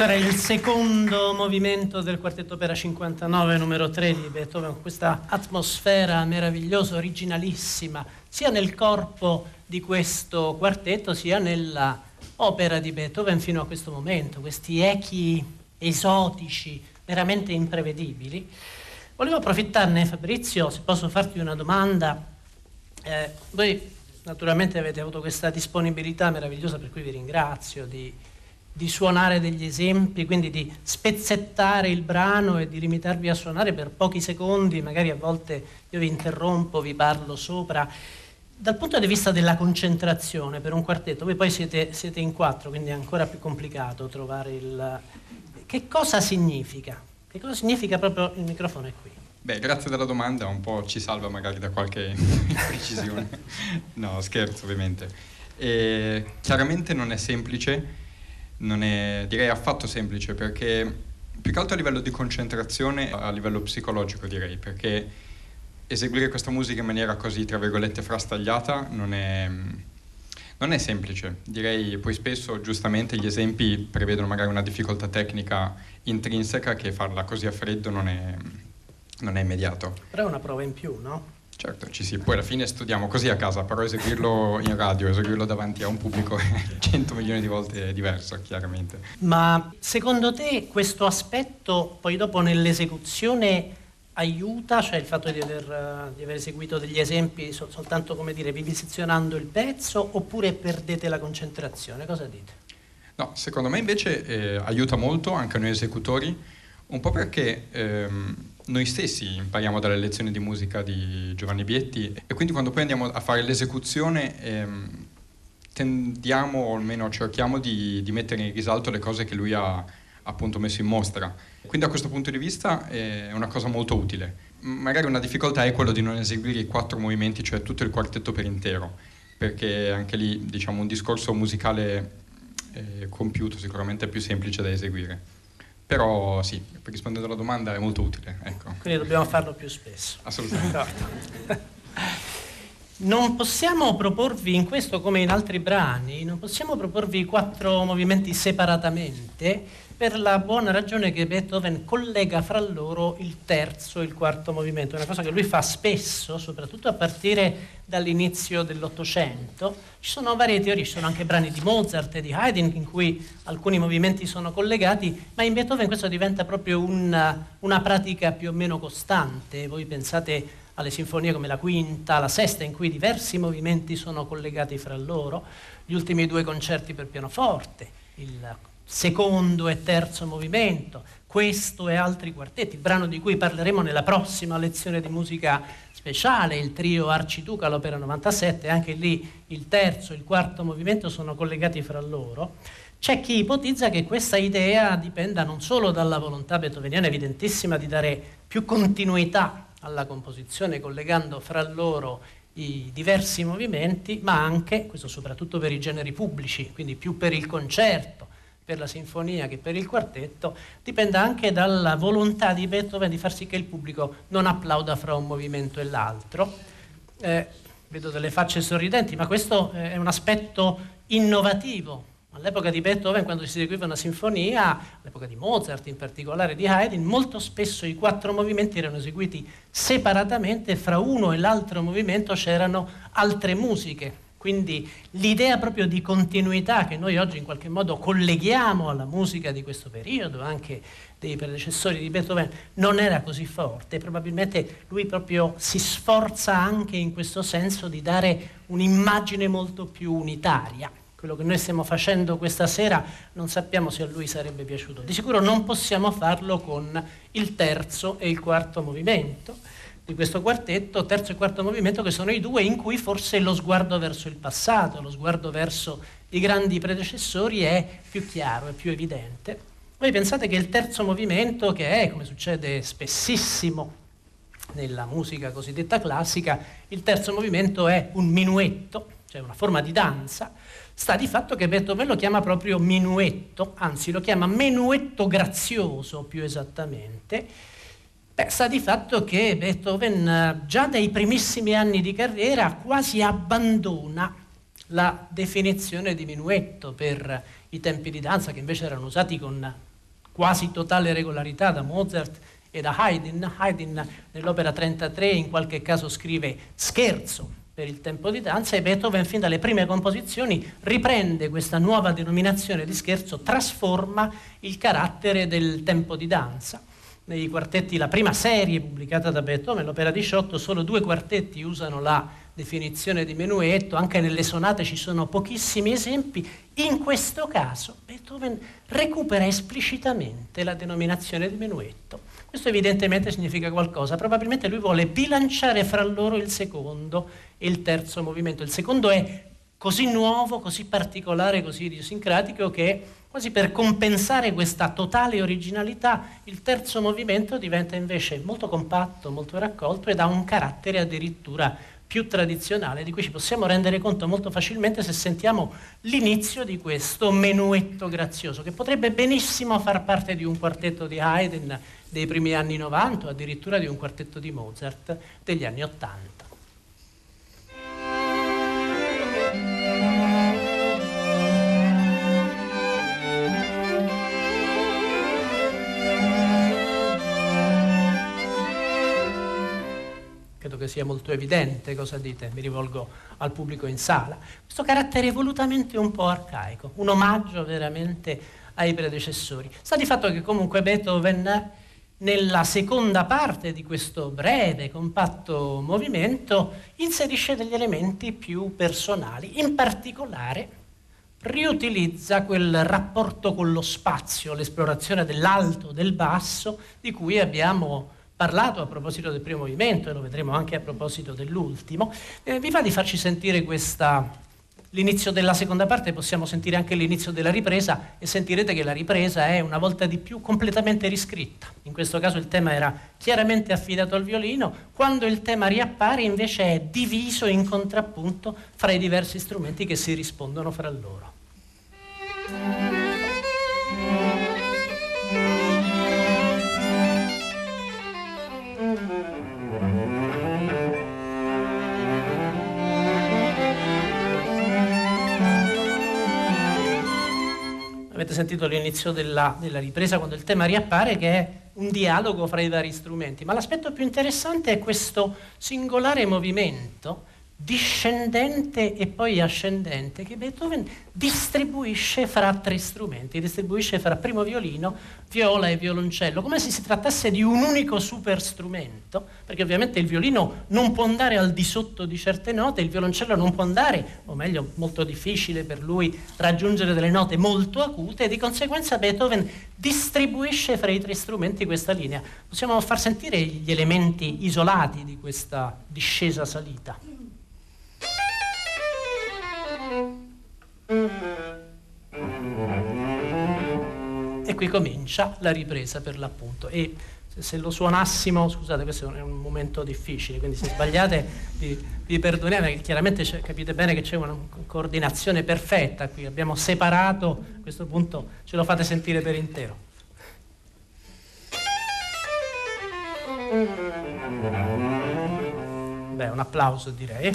Questo era il secondo movimento del quartetto opera 59 numero 3 di Beethoven, questa atmosfera meravigliosa, originalissima, sia nel corpo di questo quartetto sia nella opera di Beethoven fino a questo momento, questi echi esotici, veramente imprevedibili. Volevo approfittarne, Fabrizio, se posso farti una domanda. Voi naturalmente avete avuto questa disponibilità meravigliosa, per cui vi ringrazio, di suonare degli esempi, quindi di spezzettare il brano e di limitarvi a suonare per pochi secondi, magari a volte io vi interrompo, vi parlo sopra. Dal punto di vista della concentrazione per un quartetto, voi poi siete in 4, quindi è ancora più complicato trovare il... Che cosa significa? Che cosa significa proprio il microfono è qui? Beh, grazie della domanda, un po' ci salva magari da qualche imprecisione. No, scherzo ovviamente. Chiaramente non è semplice, non è direi affatto semplice, perché più che altro a livello di concentrazione, a livello psicologico direi, perché eseguire questa musica in maniera così, tra virgolette, frastagliata non è semplice. Direi poi spesso, giustamente, gli esempi prevedono magari una difficoltà tecnica intrinseca che farla così a freddo non è immediato. Però è una prova in più, no? Certo, poi alla fine studiamo così a casa, però eseguirlo in radio, eseguirlo davanti a un pubblico è 100 milioni di volte diverso, chiaramente. Ma secondo te questo aspetto poi dopo nell'esecuzione aiuta, cioè il fatto di aver eseguito degli esempi soltanto, come dire, vivisezionando il pezzo, oppure perdete la concentrazione? Cosa dite? No, secondo me invece aiuta molto anche noi esecutori, un po' perché noi stessi impariamo dalle lezioni di musica di Giovanni Bietti e quindi quando poi andiamo a fare l'esecuzione tendiamo, o almeno cerchiamo di mettere in risalto le cose che lui ha appunto messo in mostra. Quindi da questo punto di vista è una cosa molto utile. Magari una difficoltà è quello di non eseguire i 4 movimenti, cioè tutto il quartetto per intero, perché anche lì, diciamo, un discorso musicale compiuto sicuramente è più semplice da eseguire. Però sì, rispondendo alla domanda è molto utile, ecco. Quindi dobbiamo farlo più spesso. Assolutamente. Non possiamo proporvi in questo come in altri brani, non possiamo proporvi 4 movimenti separatamente, per la buona ragione che Beethoven collega fra loro il terzo e il quarto movimento, è una cosa che lui fa spesso, soprattutto a partire dall'inizio dell'Ottocento. Ci sono varie teorie, ci sono anche brani di Mozart e di Haydn in cui alcuni movimenti sono collegati, ma in Beethoven questo diventa proprio una pratica più o meno costante. Voi pensate alle sinfonie come la quinta, la sesta, in cui diversi movimenti sono collegati fra loro, gli ultimi 2 concerti per pianoforte, il secondo e terzo movimento, questo e altri quartetti, il brano di cui parleremo nella prossima lezione di musica speciale, il trio Arciduca all'Opera 97, anche lì il terzo e il quarto movimento sono collegati fra loro. C'è chi ipotizza che questa idea dipenda non solo dalla volontà beethoveniana evidentissima di dare più continuità alla composizione collegando fra loro i diversi movimenti, ma anche, questo soprattutto per i generi pubblici, quindi più per il concerto, per la sinfonia che per il quartetto, dipende anche dalla volontà di Beethoven di far sì che il pubblico non applauda fra un movimento e l'altro. Vedo delle facce sorridenti, ma questo è un aspetto innovativo. All'epoca di Beethoven, quando si eseguiva una sinfonia, all'epoca di Mozart, in particolare di Haydn, molto spesso i 4 movimenti erano eseguiti separatamente, fra uno e l'altro movimento c'erano altre musiche. Quindi l'idea proprio di continuità che noi oggi in qualche modo colleghiamo alla musica di questo periodo, anche dei predecessori di Beethoven, non era così forte. Probabilmente lui proprio si sforza anche in questo senso di dare un'immagine molto più unitaria. Quello che noi stiamo facendo questa sera non sappiamo se a lui sarebbe piaciuto. Di sicuro non possiamo farlo con il terzo e il quarto movimento di questo quartetto, terzo e quarto movimento, che sono i 2 in cui forse lo sguardo verso il passato, lo sguardo verso i grandi predecessori è più chiaro, è più evidente. Voi pensate che il terzo movimento, che è, come succede spessissimo nella musica cosiddetta classica, il terzo movimento è un minuetto, cioè una forma di danza, sta di fatto che Beethoven lo chiama proprio minuetto, anzi lo chiama menuetto grazioso più esattamente. Sta di fatto che Beethoven già dai primissimi anni di carriera quasi abbandona la definizione di minuetto per i tempi di danza che invece erano usati con quasi totale regolarità da Mozart e da Haydn. Haydn nell'opera 33 in qualche caso scrive scherzo per il tempo di danza, e Beethoven fin dalle prime composizioni riprende questa nuova denominazione di scherzo, trasforma il carattere del tempo di danza. Nei quartetti, la prima serie pubblicata da Beethoven, l'opera 18, solo 2 quartetti usano la definizione di menuetto, anche nelle sonate ci sono pochissimi esempi. In questo caso Beethoven recupera esplicitamente la denominazione di menuetto. Questo evidentemente significa qualcosa, probabilmente lui vuole bilanciare fra loro il secondo e il terzo movimento. Il secondo è così nuovo, così particolare, così idiosincratico che quasi per compensare questa totale originalità il terzo movimento diventa invece molto compatto, molto raccolto ed ha un carattere addirittura più tradizionale, di cui ci possiamo rendere conto molto facilmente se sentiamo l'inizio di questo menuetto grazioso, che potrebbe benissimo far parte di un quartetto di Haydn dei primi anni 90 o addirittura di un quartetto di Mozart degli anni 80. Credo che sia molto evidente cosa dite, mi rivolgo al pubblico in sala. Questo carattere volutamente un po' arcaico, un omaggio veramente ai predecessori. Sta di fatto che comunque Beethoven nella seconda parte di questo breve, compatto movimento inserisce degli elementi più personali, in particolare riutilizza quel rapporto con lo spazio, l'esplorazione dell'alto, del basso, di cui abbiamo parlato a proposito del primo movimento e lo vedremo anche a proposito dell'ultimo. Vi va di farci sentire l'inizio della seconda parte? Possiamo sentire anche l'inizio della ripresa e sentirete che la ripresa è una volta di più completamente riscritta. In questo caso il tema era chiaramente affidato al violino, quando il tema riappare invece è diviso in contrappunto fra i diversi strumenti che si rispondono fra loro. Avete sentito l'inizio della ripresa quando il tema riappare, che è un dialogo fra i vari strumenti, ma l'aspetto più interessante è questo singolare movimento discendente e poi ascendente che Beethoven distribuisce fra 3 strumenti, distribuisce fra primo violino, viola e violoncello, come se si trattasse di un unico super strumento, perché ovviamente il violino non può andare al di sotto di certe note, il violoncello non può andare, o meglio molto difficile per lui raggiungere delle note molto acute, e di conseguenza Beethoven distribuisce fra i 3 strumenti questa linea. Possiamo far sentire gli elementi isolati di questa discesa-salita. E qui comincia la ripresa per l'appunto, e se lo suonassimo, scusate, questo è un momento difficile, quindi se sbagliate vi perdoniamo, perché chiaramente capite bene che c'è una coordinazione perfetta qui, abbiamo separato, a questo punto ce lo fate sentire per intero. Beh, un applauso direi.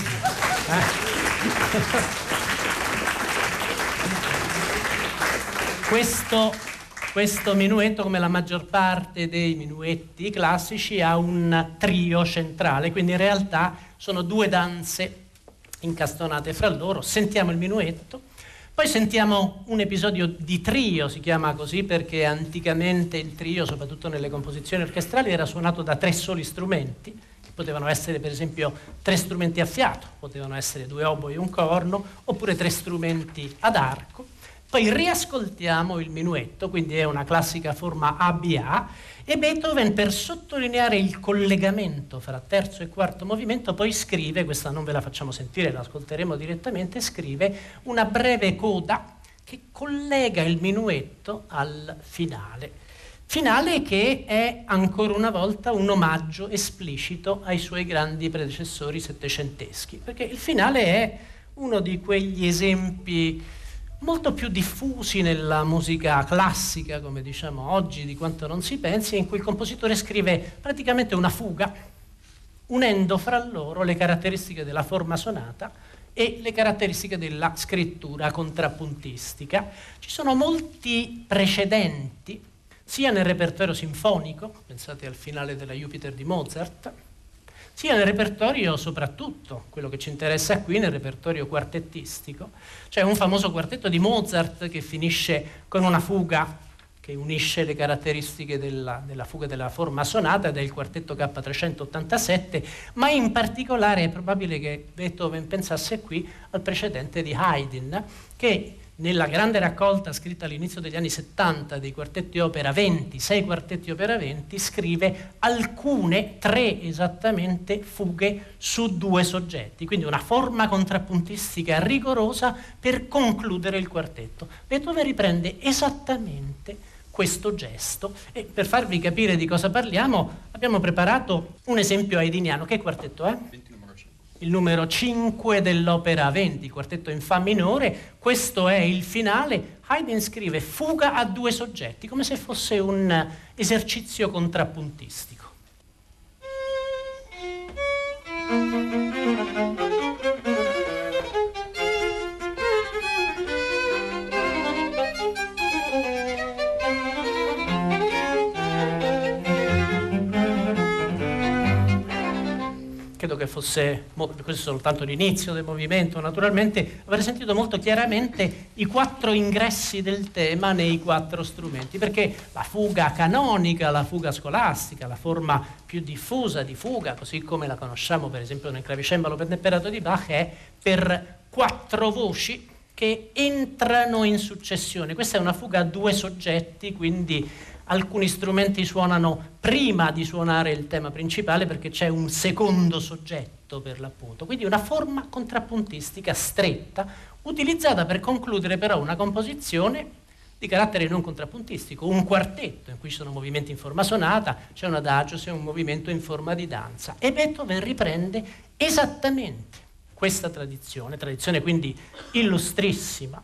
Questo minuetto, come la maggior parte dei minuetti classici, ha un trio centrale, quindi in realtà sono 2 danze incastonate fra loro. Sentiamo il minuetto, poi sentiamo un episodio di trio, si chiama così perché anticamente il trio, soprattutto nelle composizioni orchestrali, era suonato da 3 soli strumenti, che potevano essere per esempio 3 strumenti a fiato, potevano essere 2 oboi e un corno, oppure 3 strumenti ad arco. Poi riascoltiamo il minuetto, quindi è una classica forma ABA, e Beethoven, per sottolineare il collegamento fra terzo e quarto movimento, poi scrive, questa non ve la facciamo sentire, la ascolteremo direttamente, scrive una breve coda che collega il minuetto al finale. Finale che è ancora una volta un omaggio esplicito ai suoi grandi predecessori settecenteschi, perché il finale è uno di quegli esempi molto più diffusi nella musica classica, come diciamo oggi, di quanto non si pensi, in cui il compositore scrive praticamente una fuga, unendo fra loro le caratteristiche della forma sonata e le caratteristiche della scrittura contrappuntistica. Ci sono molti precedenti sia nel repertorio sinfonico, pensate al finale della Jupiter di Mozart, sia nel repertorio, soprattutto, quello che ci interessa qui, nel repertorio quartettistico. C'è un famoso quartetto di Mozart che finisce con una fuga che unisce le caratteristiche della fuga della forma sonata, ed è il quartetto K387, ma in particolare è probabile che Beethoven pensasse qui al precedente di Haydn, che nella grande raccolta scritta all'inizio degli anni 70 dei quartetti opera 20, 6 quartetti opera 20, scrive alcune, 3 esattamente, fughe su 2 soggetti, quindi una forma contrappuntistica rigorosa per concludere il quartetto. Beethoven riprende esattamente questo gesto, e per farvi capire di cosa parliamo abbiamo preparato un esempio haydniano. Che quartetto è? Il numero 5 dell'opera 20, quartetto in fa minore. Questo è il finale. Haydn scrive fuga a 2 soggetti, come se fosse un esercizio contrappuntistico. Credo che fosse, questo è soltanto l'inizio del movimento, naturalmente avrei sentito molto chiaramente i 4 ingressi del tema nei 4 strumenti, perché la fuga canonica, la fuga scolastica, la forma più diffusa di fuga, così come la conosciamo per esempio nel clavicembalo per temperato di Bach, è per 4 voci che entrano in successione. Questa è una fuga a 2 soggetti, quindi alcuni strumenti suonano prima di suonare il tema principale perché c'è un secondo soggetto per l'appunto, quindi una forma contrappuntistica stretta utilizzata per concludere però una composizione di carattere non contrappuntistico, un quartetto in cui ci sono movimenti in forma sonata, c'è un adagio, c'è un movimento in forma di danza, e Beethoven riprende esattamente questa tradizione quindi illustrissima,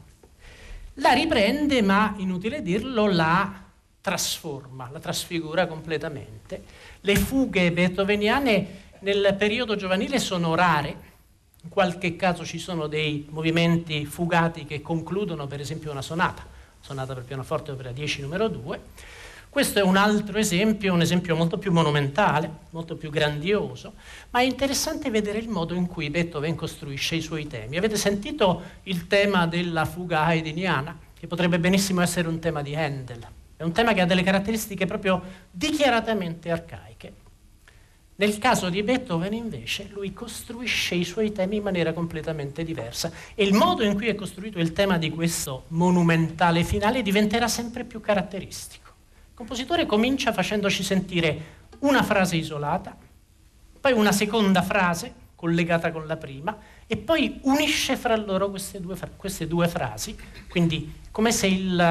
la riprende, ma inutile dirlo, la trasforma, la trasfigura completamente. Le fughe beethoveniane nel periodo giovanile sono rare, in qualche caso ci sono dei movimenti fugati che concludono per esempio una sonata per pianoforte opera 10 numero 2. Questo è un altro esempio, un esempio molto più monumentale, molto più grandioso, ma è interessante vedere il modo in cui Beethoven costruisce i suoi temi. Avete sentito il tema della fuga haydniana, che potrebbe benissimo essere un tema di Handel. È un tema che ha delle caratteristiche proprio dichiaratamente arcaiche. Nel caso di Beethoven, invece, lui costruisce i suoi temi in maniera completamente diversa, e il modo in cui è costruito il tema di questo monumentale finale diventerà sempre più caratteristico. Il compositore comincia facendoci sentire una frase isolata, poi una seconda frase collegata con la prima, e poi unisce fra loro queste due frasi, quindi come se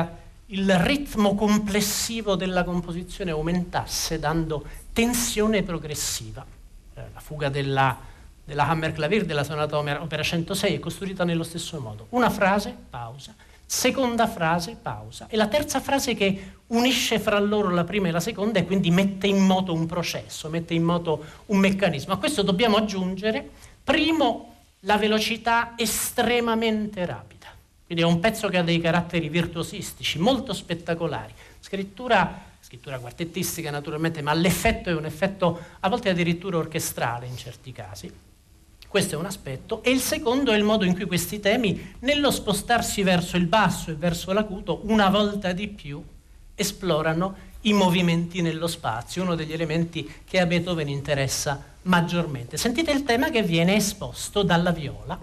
il ritmo complessivo della composizione aumentasse dando tensione progressiva. La fuga della Hammerklavier della sonata opera 106 è costruita nello stesso modo. Una frase, pausa, seconda frase, pausa, e la terza frase che unisce fra loro la prima e la seconda e quindi mette in moto un processo, mette in moto un meccanismo. A questo dobbiamo aggiungere, primo, la velocità estremamente rapida. Quindi è un pezzo che ha dei caratteri virtuosistici, molto spettacolari. Scrittura quartettistica naturalmente, ma l'effetto è un effetto a volte addirittura orchestrale in certi casi. Questo è un aspetto. E il secondo è il modo in cui questi temi, nello spostarsi verso il basso e verso l'acuto, una volta di più esplorano i movimenti nello spazio, uno degli elementi che a Beethoven interessa maggiormente. Sentite il tema che viene esposto dalla viola.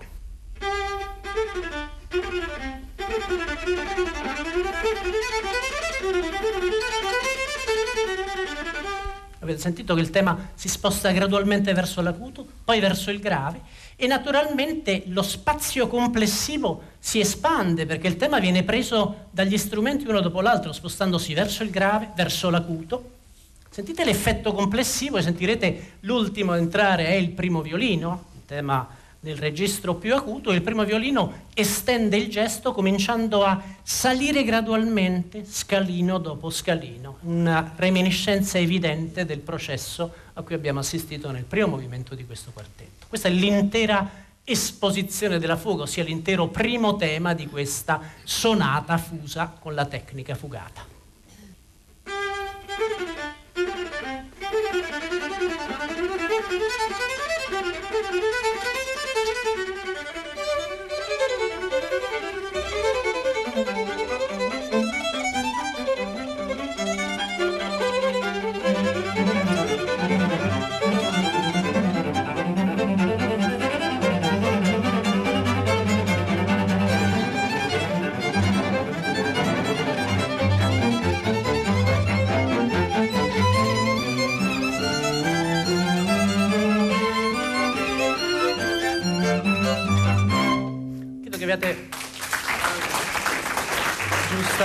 Avete sentito che il tema si sposta gradualmente verso l'acuto, poi verso il grave, e naturalmente lo spazio complessivo si espande perché il tema viene preso dagli strumenti uno dopo l'altro, spostandosi verso il grave, verso l'acuto. Sentite l'effetto complessivo e sentirete l'ultimo a entrare è il primo violino, il tema nel registro più acuto. Il primo violino estende il gesto cominciando a salire gradualmente, scalino dopo scalino, una reminiscenza evidente del processo a cui abbiamo assistito nel primo movimento di questo quartetto. Questa è l'intera esposizione della fuga, ossia l'intero primo tema di questa sonata fusa con la tecnica fugata.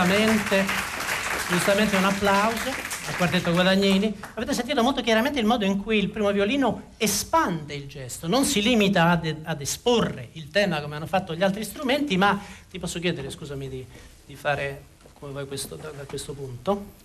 giustamente un applauso al quartetto Guadagnini. Avete sentito molto chiaramente il modo in cui il primo violino espande il gesto, non si limita ad esporre il tema come hanno fatto gli altri strumenti, ma ti posso chiedere, scusami, di fare come vuoi da questo punto.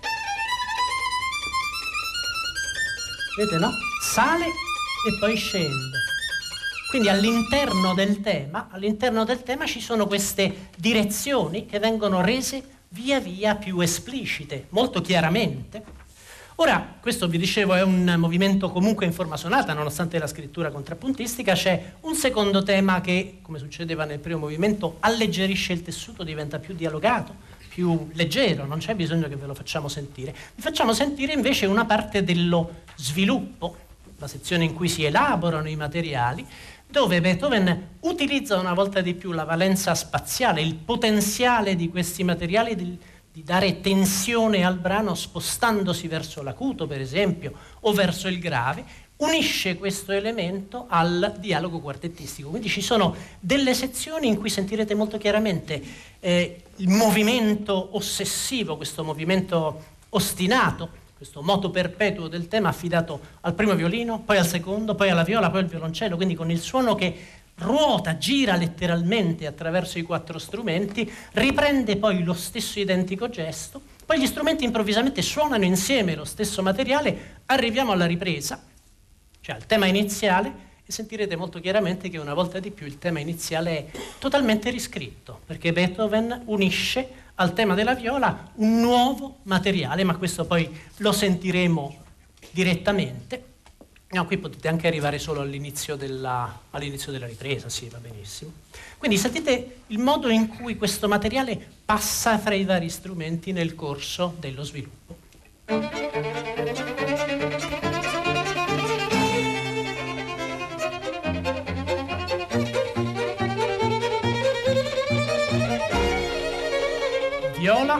Vedete, no? Sale e poi scende. Quindi all'interno del tema ci sono queste direzioni che vengono rese via via più esplicite, molto chiaramente. Ora, questo vi dicevo è un movimento comunque in forma sonata, nonostante la scrittura contrappuntistica. C'è un secondo tema che, come succedeva nel primo movimento, alleggerisce il tessuto, diventa più dialogato, più leggero, non c'è bisogno che ve lo facciamo sentire. Vi facciamo sentire invece una parte dello sviluppo, la sezione in cui si elaborano i materiali, dove Beethoven utilizza una volta di più la valenza spaziale, il potenziale di questi materiali di dare tensione al brano spostandosi verso l'acuto, per esempio, o verso il grave, unisce questo elemento al dialogo quartettistico. Quindi ci sono delle sezioni in cui sentirete molto chiaramente il movimento ossessivo, questo movimento ostinato, questo moto perpetuo del tema affidato al primo violino, poi al secondo, poi alla viola, poi al violoncello, quindi con il suono che ruota, gira letteralmente attraverso i 4 strumenti, riprende poi lo stesso identico gesto, poi gli strumenti improvvisamente suonano insieme lo stesso materiale, arriviamo alla ripresa, cioè al tema iniziale, e sentirete molto chiaramente che una volta di più il tema iniziale è totalmente riscritto, perché Beethoven unisce al tema della viola un nuovo materiale, ma questo poi lo sentiremo direttamente. No, qui potete anche arrivare solo all'inizio della ripresa, sì, va benissimo. Quindi sentite il modo in cui questo materiale passa fra i vari strumenti nel corso dello sviluppo. Viola,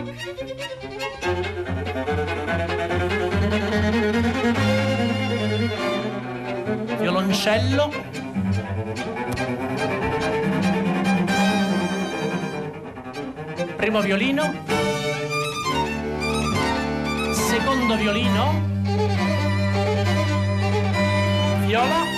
violoncello, primo violino, secondo violino, viola,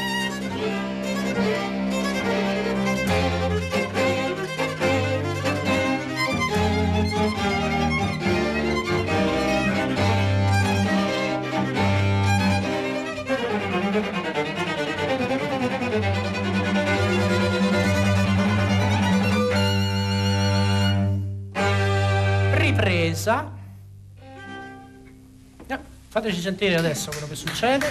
ripresa. Fateci sentire adesso quello che succede.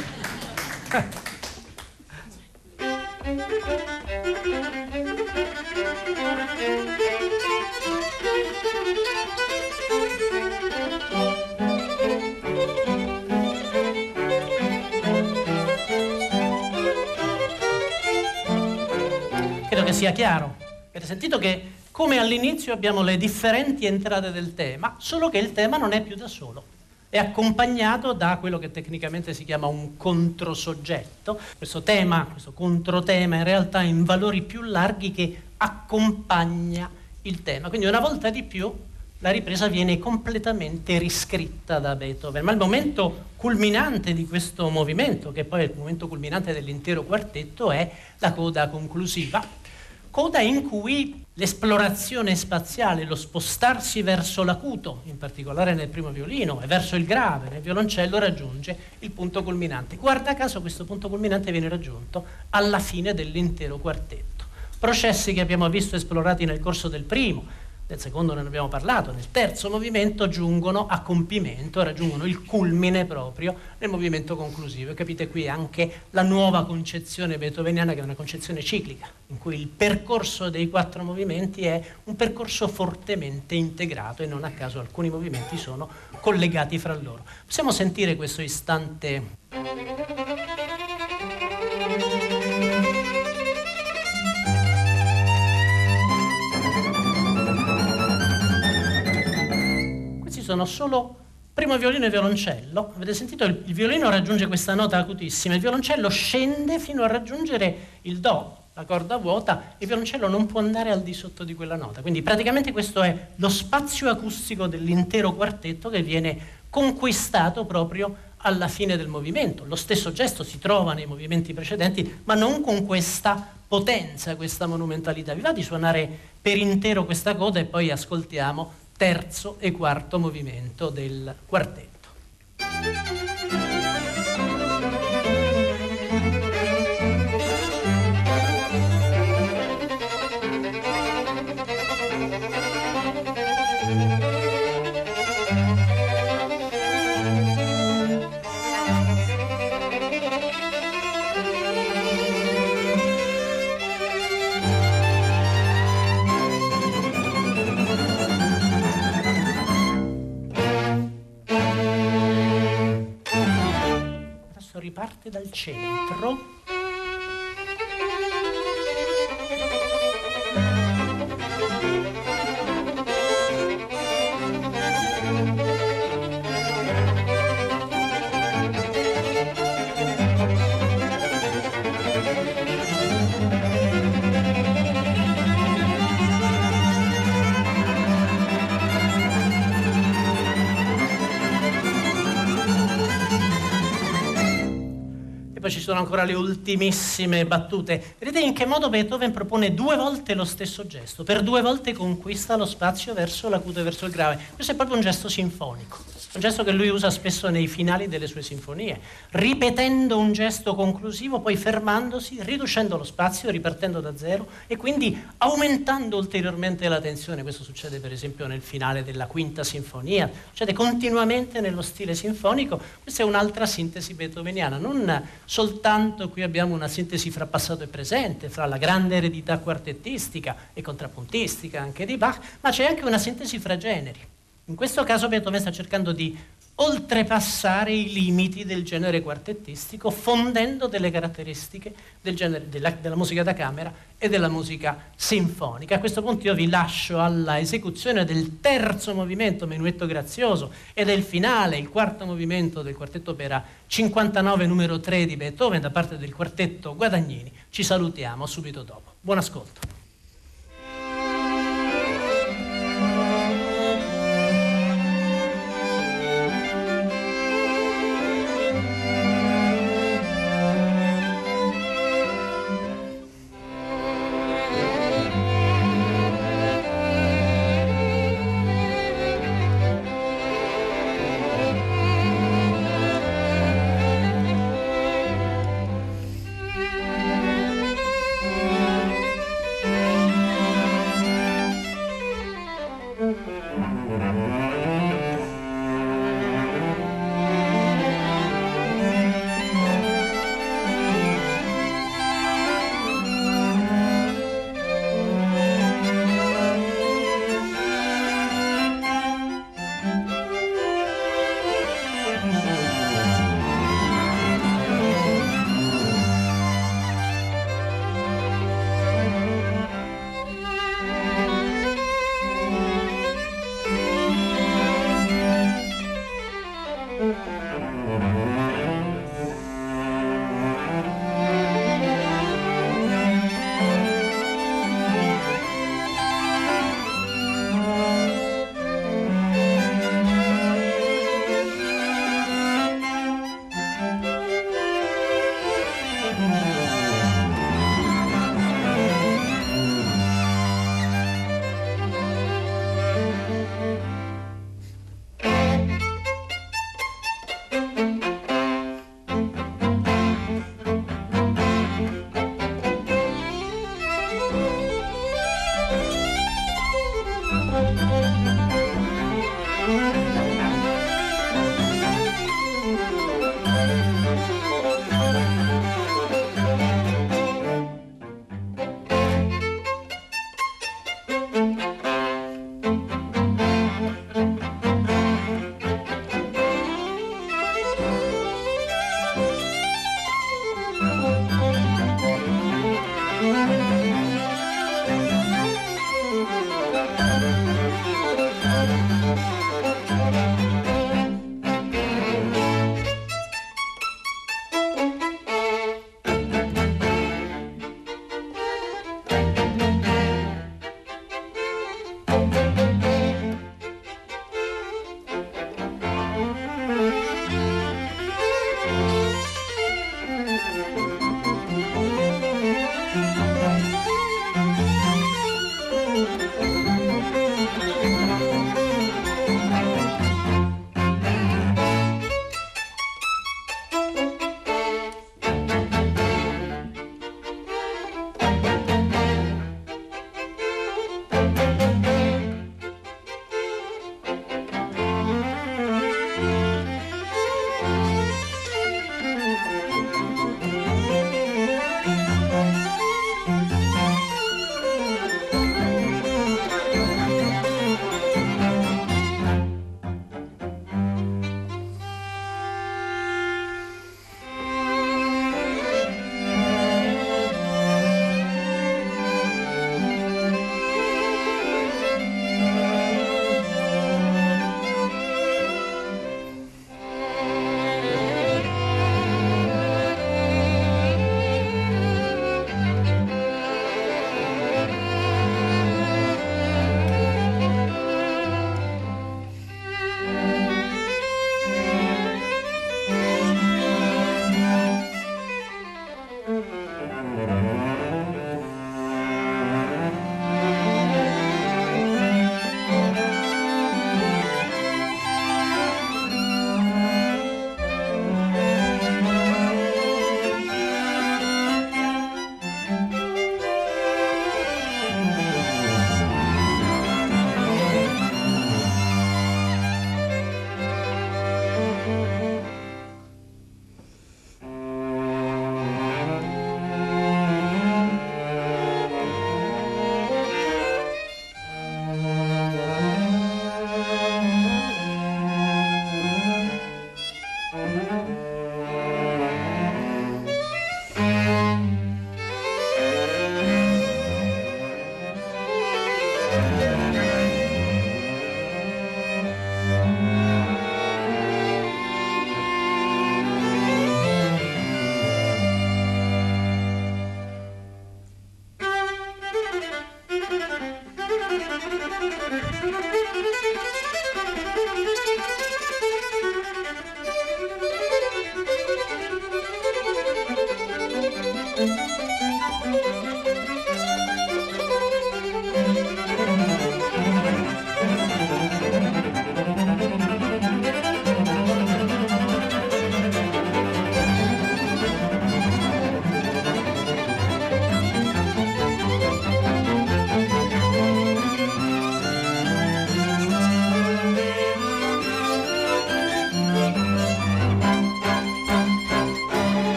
Credo che sia chiaro. Avete sentito che come all'inizio abbiamo le differenti entrate del tema, solo che il tema non è più da solo, è accompagnato da quello che tecnicamente si chiama un controsoggetto, questo tema, questo controtema in realtà in valori più larghi che accompagna il tema. Quindi una volta di più la ripresa viene completamente riscritta da Beethoven, ma il momento culminante di questo movimento, che poi è il momento culminante dell'intero quartetto, è la coda conclusiva. Coda in cui l'esplorazione spaziale, lo spostarsi verso l'acuto, in particolare nel primo violino, e verso il grave nel violoncello, raggiunge il punto culminante. Guarda caso questo punto culminante viene raggiunto alla fine dell'intero quartetto. Processi che abbiamo visto esplorati nel corso del primo, del secondo non ne abbiamo parlato, nel terzo movimento giungono a compimento, raggiungono il culmine proprio nel movimento conclusivo. E capite qui anche la nuova concezione beethoveniana, che è una concezione ciclica, in cui il percorso dei 4 movimenti è un percorso fortemente integrato e non a caso alcuni movimenti sono collegati fra loro. Possiamo sentire questo istante. Sono solo primo violino e violoncello. Avete sentito? Il violino raggiunge questa nota acutissima, il violoncello scende fino a raggiungere il do, la corda vuota, il violoncello non può andare al di sotto di quella nota. Quindi praticamente questo è lo spazio acustico dell'intero quartetto che viene conquistato proprio alla fine del movimento. Lo stesso gesto si trova nei movimenti precedenti, ma non con questa potenza, questa monumentalità. Vi va di suonare per intero questa coda e poi ascoltiamo terzo e quarto movimento del quartetto. Riparte dal centro. Ci sono ancora le ultimissime battute. Vedete in che modo Beethoven propone 2 volte lo stesso gesto, per 2 volte conquista lo spazio verso l'acuto e verso il grave. Questo è proprio un gesto sinfonico, un gesto che lui usa spesso nei finali delle sue sinfonie, ripetendo un gesto conclusivo, poi fermandosi, riducendo lo spazio, ripartendo da zero e quindi aumentando ulteriormente la tensione. Questo succede per esempio nel finale della Quinta Sinfonia, succede continuamente nello stile sinfonico. Questa è un'altra sintesi beethoveniana, non soltanto qui abbiamo una sintesi fra passato e presente, fra la grande eredità quartettistica e contrappuntistica anche di Bach, ma c'è anche una sintesi fra generi. In questo caso Beethoven sta cercando di oltrepassare i limiti del genere quartettistico, fondendo delle caratteristiche del genere, della musica da camera e della musica sinfonica. A questo punto io vi lascio alla esecuzione del terzo movimento, Menuetto Grazioso, e del finale, il quarto movimento del quartetto opera 59 numero 3 di Beethoven da parte del quartetto Guadagnini. Ci salutiamo subito dopo. Buon ascolto.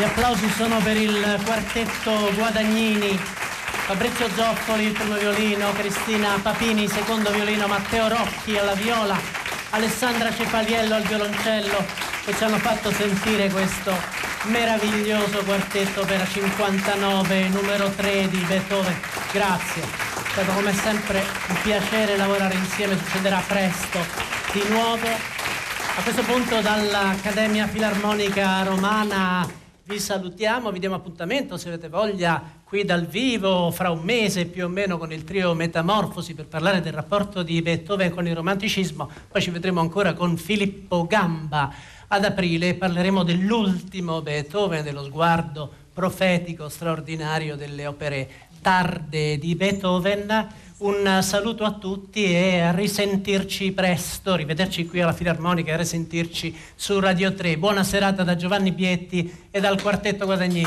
applausi sono per il quartetto Guadagnini, Fabrizio Zoffoli, il primo violino, Cristina Papini, secondo violino, Matteo Rocchi alla viola, Alessandra Cepaliello al violoncello, che ci hanno fatto sentire questo meraviglioso quartetto opera 59, numero 3 di Beethoven. Grazie, è stato come sempre un piacere lavorare insieme, succederà presto di nuovo. A questo punto dall'Accademia Filarmonica Romana vi salutiamo, vi diamo appuntamento se avete voglia qui dal vivo fra un mese più o meno con il trio Metamorfosi per parlare del rapporto di Beethoven con il romanticismo. Poi ci vedremo ancora con Filippo Gamba ad aprile, parleremo dell'ultimo Beethoven, dello sguardo profetico straordinario delle opere tarde di Beethoven. Un saluto a tutti e a risentirci presto, rivederci qui alla Filarmonica e a risentirci su Radio 3. Buona serata da Giovanni Bietti e dal Quartetto Guadagnini.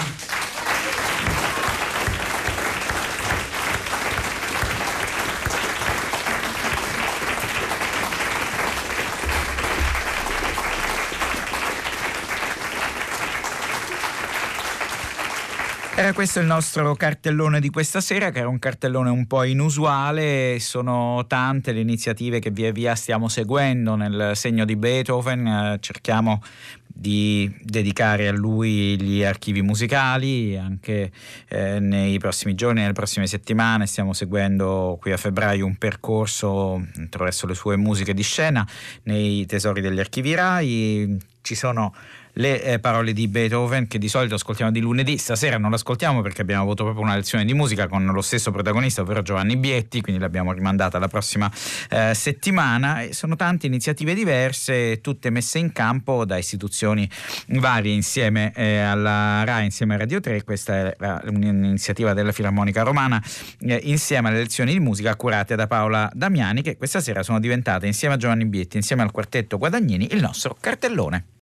Era questo il nostro cartellone di questa sera, che era un cartellone un po' inusuale. Sono tante le iniziative che via via stiamo seguendo nel segno di Beethoven. Cerchiamo di dedicare a lui gli archivi musicali anche nei prossimi giorni, nelle prossime settimane. Stiamo seguendo qui a febbraio un percorso attraverso le sue musiche di scena nei tesori degli archivi RAI. Ci sono le parole di Beethoven che di solito ascoltiamo di lunedì. Stasera non l'ascoltiamo perché abbiamo avuto proprio una lezione di musica con lo stesso protagonista, ovvero Giovanni Bietti, quindi l'abbiamo rimandata alla prossima settimana. E sono tante iniziative diverse, tutte messe in campo da istituzioni varie insieme alla RAI, insieme a Radio 3. Questa è un'iniziativa della Filarmonica Romana insieme alle lezioni di musica curate da Paola Damiani, che questa sera sono diventate, insieme a Giovanni Bietti, insieme al quartetto Guadagnini, il nostro cartellone.